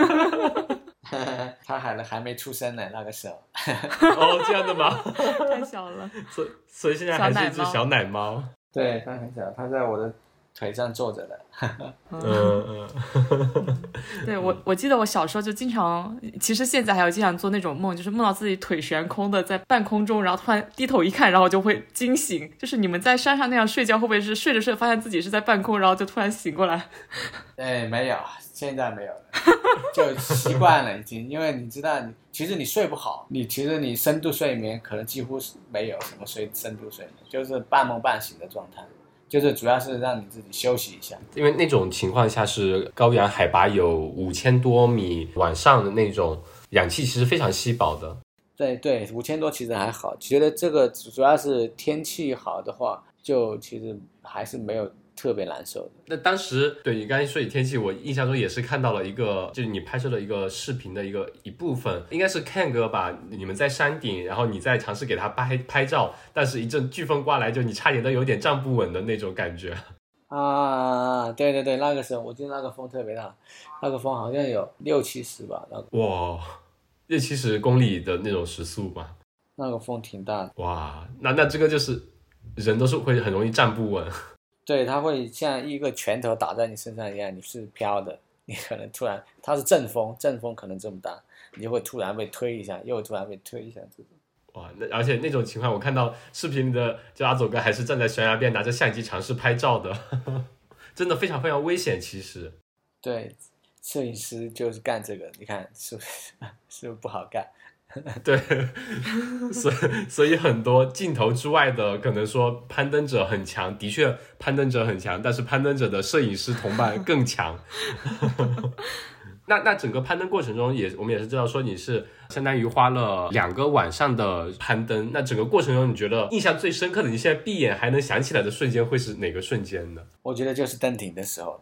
他还还没出生呢，那个时候。 哦，这样的吗？ 太小了。 所以所以现在还是一只小奶猫。 对，他很小，他在我的腿上坐着的。 嗯嗯。 对，我我记得我小时候就经常，其实现在还有经常做那种梦，就是梦到自己腿悬空的在半空中，然后突然低头一看，然后就会惊醒。就是你们在山上那样睡觉，会不会是睡着睡着发现自己是在半空，然后就突然醒过来？ 哎，没有，现在没有了，就习惯了已经。因为你知道你，其实你睡不好，你其实你深度睡眠可能几乎是没有什么睡深度睡眠，就是半梦半醒的状态。就是主要是让你自己休息一下， 因为那种情况下是高原海拔有五千多米，晚上的那种氧气其实非常稀薄的。 对对，五千多其实还好，觉得这个主要是天气好的话，就其实还是没有特别难受的。 那当时对你刚才说起天气，我印象中也是看到了一个，就是你拍摄的一个视频的一个一部分，应该是 Ken 哥吧，你们在山顶，然后你在尝试给他拍拍照，但是一阵飓风刮来，就你差点都有点站不稳的那种感觉。 啊，对对对，那个时候我记得那个风特别大，那个风好像有六七十吧，那个哇，六七十公里的那种时速吧， 那个风挺大的。 哇，那那这个就是人都是会很容易站不稳。 对，它会像一个拳头打在你身上一样，你是飘的，你可能突然它是阵风，阵风可能这么大，你就会突然被推一下，又突然被推一下这种。 哇，那而且那种情况，我看到视频里的就阿左哥还是站在悬崖边拿着相机尝试拍照的，真的非常非常危险。其实， 对，摄影师就是干这个，你看是不是是不是不好干？ 对，所以所以很多镜头之外的，可能说攀登者很强，的确攀登者很强，但是攀登者的摄影师同伴更强。那那整个攀登过程中也，我们也是知道说你是相当于花了两个晚上的攀登。那整个过程中，你觉得印象最深刻的，你现在闭眼还能想起来的瞬间会是哪个瞬间呢？ 我觉得就是登顶的时候，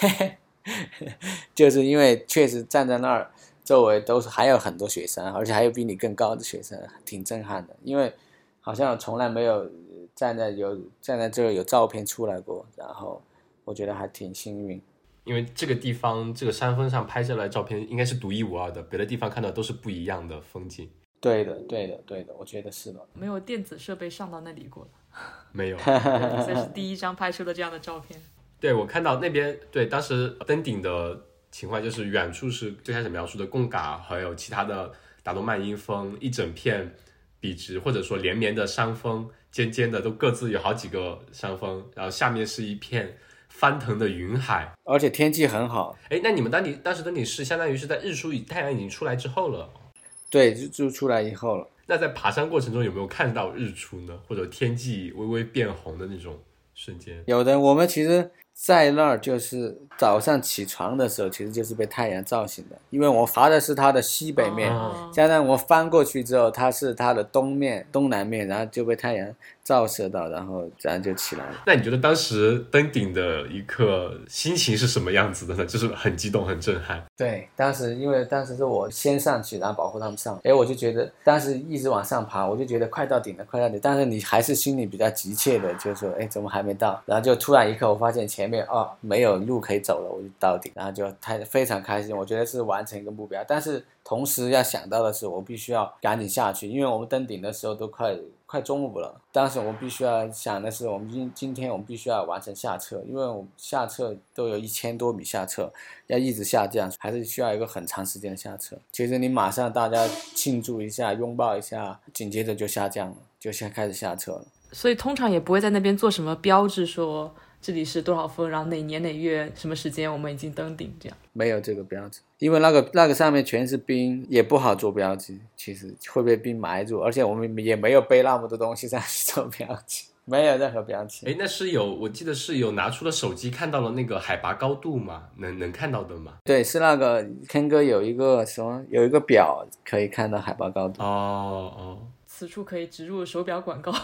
就是因为确实站在那儿。周围都是还有很多雪山，而且还有比你更高的雪山，挺震撼的。因为好像从来没有站在有站在这儿有照片出来过，然后我觉得还挺幸运。 因为这个地方这个山峰上拍下来的照片应该是独一无二的，别的地方看到都是不一样的风景。 对的，对的，对的，我觉得是的。 没有电子设备上到那里过， 没有， 对，所以是第一张拍出了这样的照片。 对，我看到那边，对，当时登顶的情况就是远处是最开始描述的贡嘎，还有其他的达罗曼因峰，一整片笔直或者说连绵的山峰，尖尖的都各自有好几个山峰，然后下面是一片翻腾的云海， 而且天气很好。 哎，那你们当你当时登顶是相当于是在日出太阳已经出来之后了？ 对，日出出来以后了。 那在爬山过程中有没有看到日出呢？或者天际微微变红的那种瞬间？ 有的，我们其实在那儿就是早上起床的时候，其实就是被太阳照醒的，因为我爬的是它的西北面， 哦、 加上我翻过去之后，它是它的东面、东南面，然后就被太阳照射到，然后然后就起来了。 那你觉得当时登顶的一刻心情是什么样子的呢？就是很激动、很震撼。 对，当时因为当时是我先上去，然后保护他们上，哎，我就觉得当时一直往上爬，我就觉得快到顶了，快到顶，但是你还是心里比较急切的，就说，哎，怎么还没到？然后就突然一刻，我发现前面哦没有路可以走了，我就到顶，然后就太非常开心，我觉得是完成一个目标。但是同时要想到的是，我必须要赶紧下去，因为我们登顶的时候都快快中午了。当时我们必须要想的是，我们今今天我们必须要完成下撤，因为我们下撤都有一千多米下撤，要一直下降，还是需要一个很长时间的下撤。其实你马上大家庆祝一下，拥抱一下，紧接着就下降了，就先开始下撤了。 所以通常也不会在那边做什么标志说这里是多少分，然后哪年哪月什么时间我们已经登顶这样。 没有这个标志，因为那个那个上面全是冰，也不好做标记，其实会被冰埋住，而且我们也没有背那么多东西上去做标记，没有任何标记。 哎，那是有，我记得是有拿出了手机看到了那个海拔高度吗？能能看到的吗？ 对，是那个 Ken 哥有一个什么，有一个表可以看到海拔高度。 哦哦， 此处可以植入手表广告。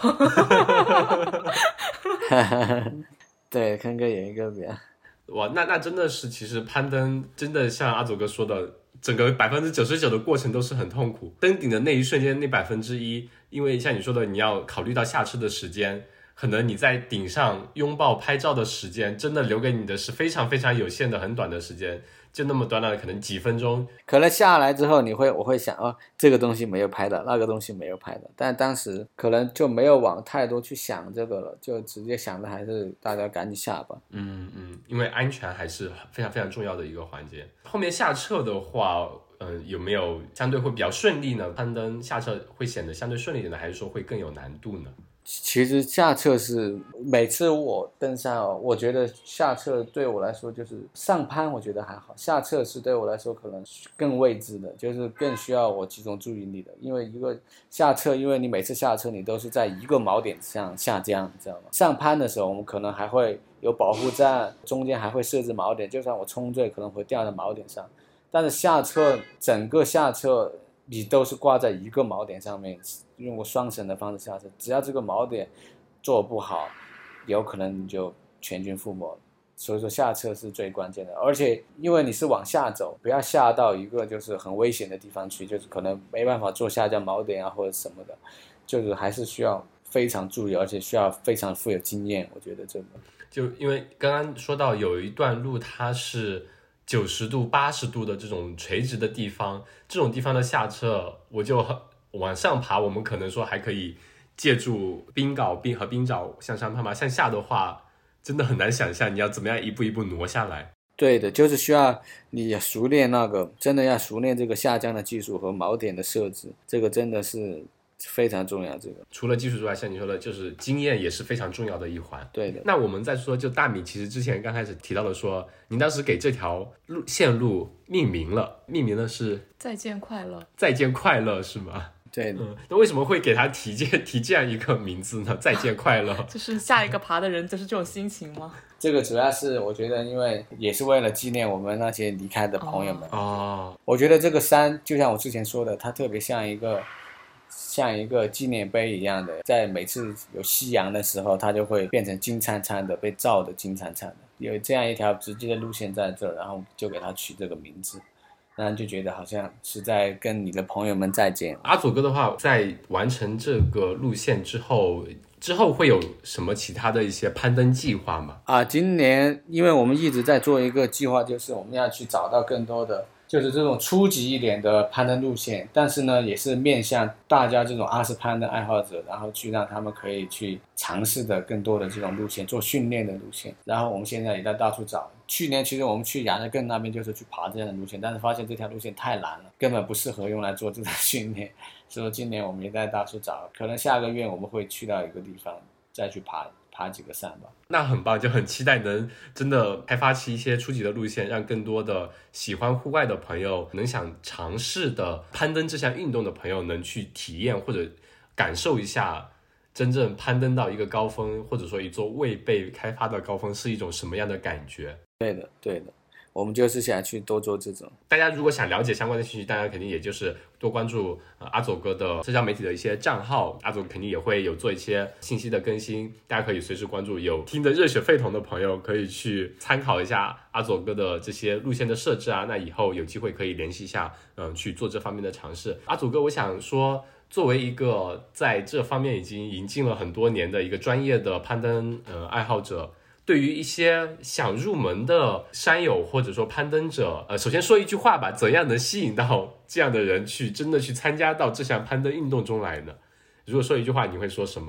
对，Ken 哥有一个表。 哇，那那真的是，其实攀登真的像阿佐哥说的，整个百分之九十九的过程都是很痛苦。登顶的那一瞬间，那百分之一，因为像你说的，你要考虑到下车的时间，可能你在顶上拥抱拍照的时间，真的留给你的是非常非常有限的、很短的时间，就那么短短的可能几分钟。 可能下来之后，你会我会想哦，这个东西没有拍到，那个东西没有拍到，但当时可能就没有往太多去想这个了，就直接想的还是大家赶紧下吧。 嗯嗯，因为安全还是非常非常重要的一个环节。后面下撤的话，呃，有没有相对会比较顺利呢？攀登下撤会显得相对顺利的呢，还是说会更有难度呢？ 其实下撤是每次我登山哦，我觉得下撤对我来说就是上攀，我觉得还好，下撤是对我来说可能更未知的，就是更需要我集中注意力的。因为一个下撤，因为你每次下撤你都是在一个锚点上下降，你知道吗？上攀的时候我们可能还会有保护站，中间还会设置锚点，就算我冲坠可能会掉在锚点上，但是下撤整个下撤你都是挂在一个锚点上面，用过双绳的方式下撤，只要这个锚点做不好，有可能你就全军覆没了。所以说下撤是最关键的，而且因为你是往下走，不要下到一个就是很危险的地方去，就是可能没办法做下降锚点啊或者什么的，就是还是需要非常注意，而且需要非常富有经验。我觉得这个就因为刚刚说到有一段路它是九十度、八十度的这种垂直的地方，这种地方的下撤，我就往上爬，我们可能说还可以借助冰镐、冰和冰爪向上攀爬，向下的话，真的很难想象你要怎么样一步一步挪下来。 对的，就是需要你熟练那个，真的要熟练这个下降的技术和锚点的设置，这个真的是非常重要。这个除了技术之外，像你说的，就是经验也是非常重要的一环。 对的。 那我们再说，就大米其实之前刚开始提到的说，您当时给这条路线路命名了，命名的是再见快乐， 再见快乐是吗？ 对的、 嗯，那为什么会给他提这提这样一个名字呢？再见快乐， 就是下一个爬的人就是这种心情吗？ 这个主要是我觉得，因为也是为了纪念我们那些离开的朋友们。 哦， 我觉得这个山就像我之前说的，它特别像一个像一个纪念碑一样的，在每次有夕阳的时候，它就会变成金灿灿的，被照得金灿灿的。有这样一条直接的路线在这儿，然后就给它取这个名字。然后就觉得好像是在跟你的朋友们再见。 阿佐哥的话，在完成这个路线之后，之后会有什么其他的一些攀登计划吗？ 啊，今年因为我们一直在做一个计划，就是我们要去找到更多的就是这种初级一点的攀登路线，但是呢，也是面向大家这种阿斯攀登爱好者，然后去让他们可以去尝试的更多的这种路线，做训练的路线。然后我们现在也在到处找。去年其实我们去雅勒根那边就是去爬这样的路线，但是发现这条路线太难了，根本不适合用来做这种训练。所以今年我们也在到处找，可能下个月我们会去到一个地方再去爬爬几个山吧。 那很棒，就很期待能真的开发起一些初级的路线，让更多的喜欢户外的朋友，能想尝试的攀登这项运动的朋友能去体验或者感受一下真正攀登到一个高峰，或者说一座未被开发的高峰是一种什么样的感觉。 对的对的，我们就是想去多做这种。 大家如果想了解相关的信息，大家肯定也就是多关注、呃、阿佐哥的社交媒体的一些账号，阿佐肯定也会有做一些信息的更新，大家可以随时关注。有听得热血沸腾的朋友可以去参考一下阿佐哥的这些路线的设置啊，那以后有机会可以联系一下，嗯、呃，去做这方面的尝试。阿佐哥，我想说，作为一个在这方面已经引进了很多年的一个专业的攀登呃爱好者，对于一些想入门的山友或者说攀登者，呃，首先说一句话吧，怎样能吸引到这样的人去真的去参加到这项攀登运动中来呢？如果说一句话，你会说什么呢？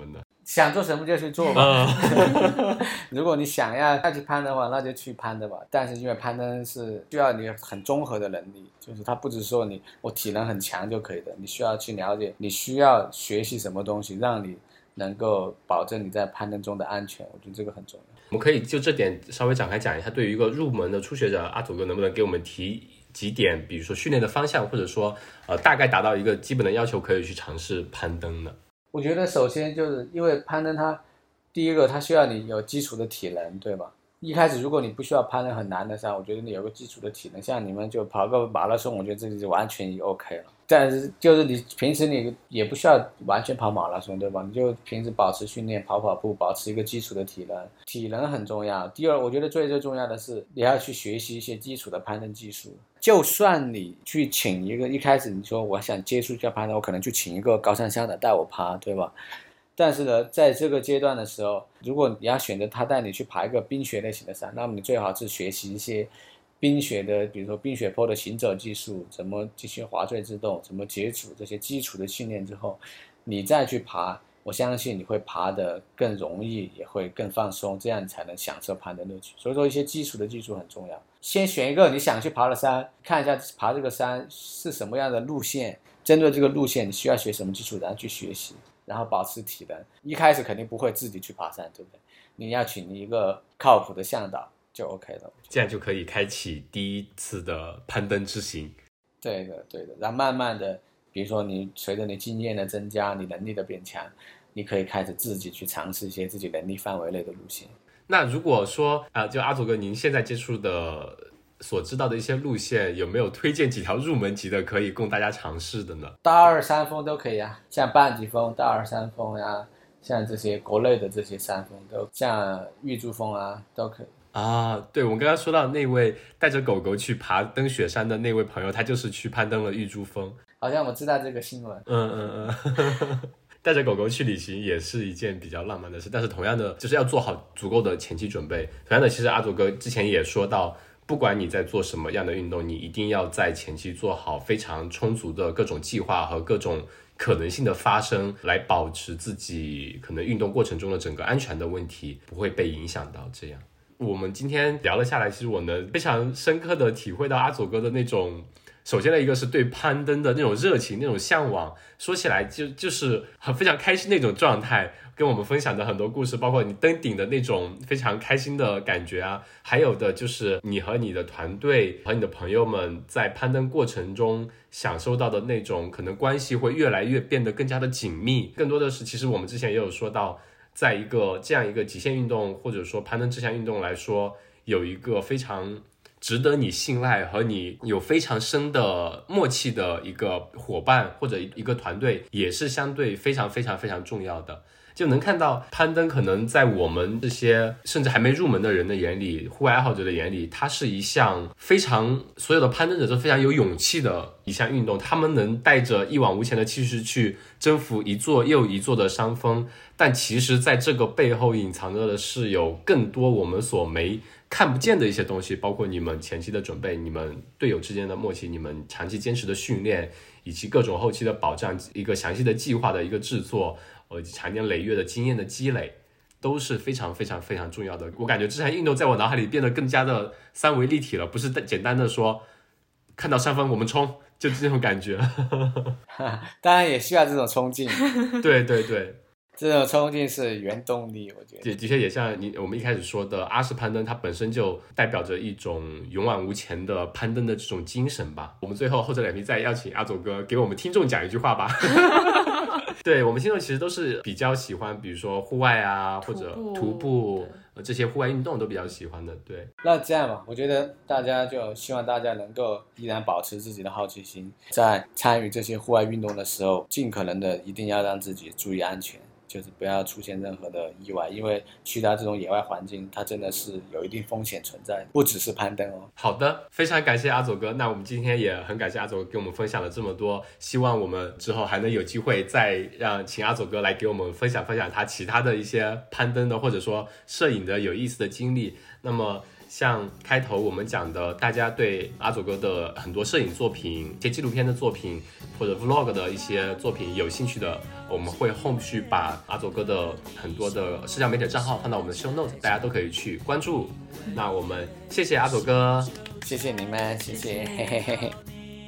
想做什么就去做吧。嗯、如果你想要要去攀登的话，那就去攀登吧。但是因为攀登是需要你很综合的能力，就是它不只说你我体能很强就可以的，你需要去了解，你需要学习什么东西，让你能够保证你在攀登中的安全。我觉得这个很重要。 我们可以就这点稍微展开讲一下，对于一个入门的初学者，阿祖哥能不能给我们提几点，比如说训练的方向，或者说呃大概达到一个基本的要求可以去尝试攀登呢？ 我觉得首先就是因为攀登它第一个它需要你有基础的体能，对吧？一开始如果你不需要攀登很难的山，我觉得你有个基础的体能，像你们就跑个马拉松，我觉得这个就完全也 OK 了。但是就是你平时你也不需要完全跑马拉松，对吧？你就平时保持训练，跑跑步，保持一个基础的体能，体能很重要。第二，我觉得最最重要的是你要去学习一些基础的攀登技术。就算你去请一个，一开始你说我想接触一下攀登，我可能去请一个高山向导带我爬，对吧？但是呢，在这个阶段的时候，如果你要选择他带你去爬一个冰雪类型的山，那么你最好是学习一些冰雪的，比如说冰雪坡的行走技术，怎么进行滑坠制动，怎么解阻，这些基础的训练之后，你再去爬，我相信你会爬得更容易，也会更放松，这样你才能享受攀登乐趣。所以说一些基础的技术很重要。先选一个你想去爬的山，看一下爬这个山是什么样的路线，针对这个路线你需要学什么基础，然后去学习，然后保持体能。一开始肯定不会自己去爬山，对不对？你要请一个靠谱的向导就 OK 了， 这样就可以开启第一次的攀登之行。 对的对的，然后慢慢的比如说你随着你经验的增加，你能力的变强，你可以开始自己去尝试一些自己能力范围内的路线。 那如果说啊、呃，就阿祖哥您现在接触的所知道的一些路线，有没有推荐几条入门级的可以供大家尝试的呢？ 大二山峰都可以啊，像半级峰、大二山峰呀，像这些国内的这些山峰都，像玉珠峰啊都可以啊。对，我们刚刚说到那位带着狗狗去爬登雪山的那位朋友，他就是去攀登了玉珠峰。 好像我知道这个新闻。 嗯嗯嗯。带着狗狗去旅行也是一件比较浪漫的事，但是同样的就是要做好足够的前期准备。同样的，其实阿祖哥之前也说到，不管你在做什么样的运动，你一定要在前期做好非常充足的各种计划和各种可能性的发生，来保持自己可能运动过程中的整个安全的问题不会被影响到。这样我们今天聊了下来，其实我能非常深刻的体会到阿祖哥的那种，首先的一个是对攀登的那种热情，那种向往，说起来就就是很非常开心那种状态，跟我们分享的很多故事，包括你登顶的那种非常开心的感觉啊，还有的就是你和你的团队和你的朋友们在攀登过程中享受到的那种可能关系会越来越变得更加的紧密。更多的是其实我们之前也有说到，在一个这样一个极限运动或者说攀登这项运动来说，有一个非常值得你信赖和你有非常深的默契的一个伙伴或者一个团队，也是相对非常非常非常重要的。就能看到攀登可能在我们这些甚至还没入门的人的眼里，户外爱好者的眼里，它是一项非常所有的攀登者都非常有勇气的一项运动。他们能带着一往无前的气势去征服一座又一座的山峰，但其实在这个背后隐藏着的是有更多我们所没看不见的一些东西，包括你们前期的准备，你们队友之间的默契，你们长期坚持的训练，以及各种后期的保障，一个详细的计划的一个制作，以及长年累月的经验的积累，都是非常非常非常重要的。我感觉这项运动在我脑海里变得更加的三维立体了，不是简单的说看到山峰我们冲，就这种感觉。 当然也需要这种冲劲。 对对对， 这种冲劲是原动力，我觉得。 的的确也像你我们一开始说的，阿式攀登它本身就代表着一种勇往无前的攀登的这种精神吧。我们最后厚着脸皮再邀请阿祖哥给我们听众讲一句话吧。对，我们听众其实都是比较喜欢比如说户外啊，或者徒步这些户外运动都比较喜欢的。对， 那这样吧，我觉得大家就希望大家能够依然保持自己的好奇心，在参与这些户外运动的时候，尽可能的一定要让自己注意安全，就是不要出现任何的意外，因为去到这种野外环境，它真的是有一定风险存在，不只是攀登哦。 好的，非常感谢阿佐哥。那我们今天也很感谢阿佐哥给我们分享了这么多，希望我们之后还能有机会再让请阿佐哥来给我们分享分享他其他的一些攀登的或者说摄影的有意思的经历。那么像开头我们讲的，大家对阿佐哥的很多摄影作品、一些纪录片的作品或者 vlog 的一些作品有兴趣的，我们会后续把阿佐哥的很多的社交媒体账号放到我们的 show notes， 大家都可以去关注。那我们谢谢阿佐哥， 谢谢你们，谢谢。嘿嘿嘿嘿。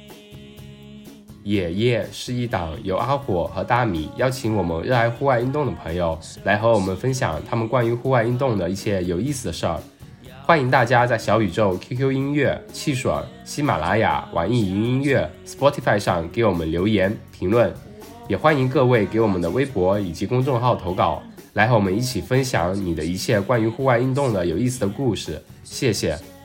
野夜是一档由阿火和大米邀请我们热爱户外运动的朋友来和我们分享他们关于户外运动的一些有意思的事儿。欢迎大家在小宇宙、Q Q 音乐、汽水、喜马拉雅、网易云音乐、Spotify 上给我们留言评论，也欢迎各位给我们的微博以及公众号投稿，来和我们一起分享你的一切关于户外运动的有意思的故事。谢谢。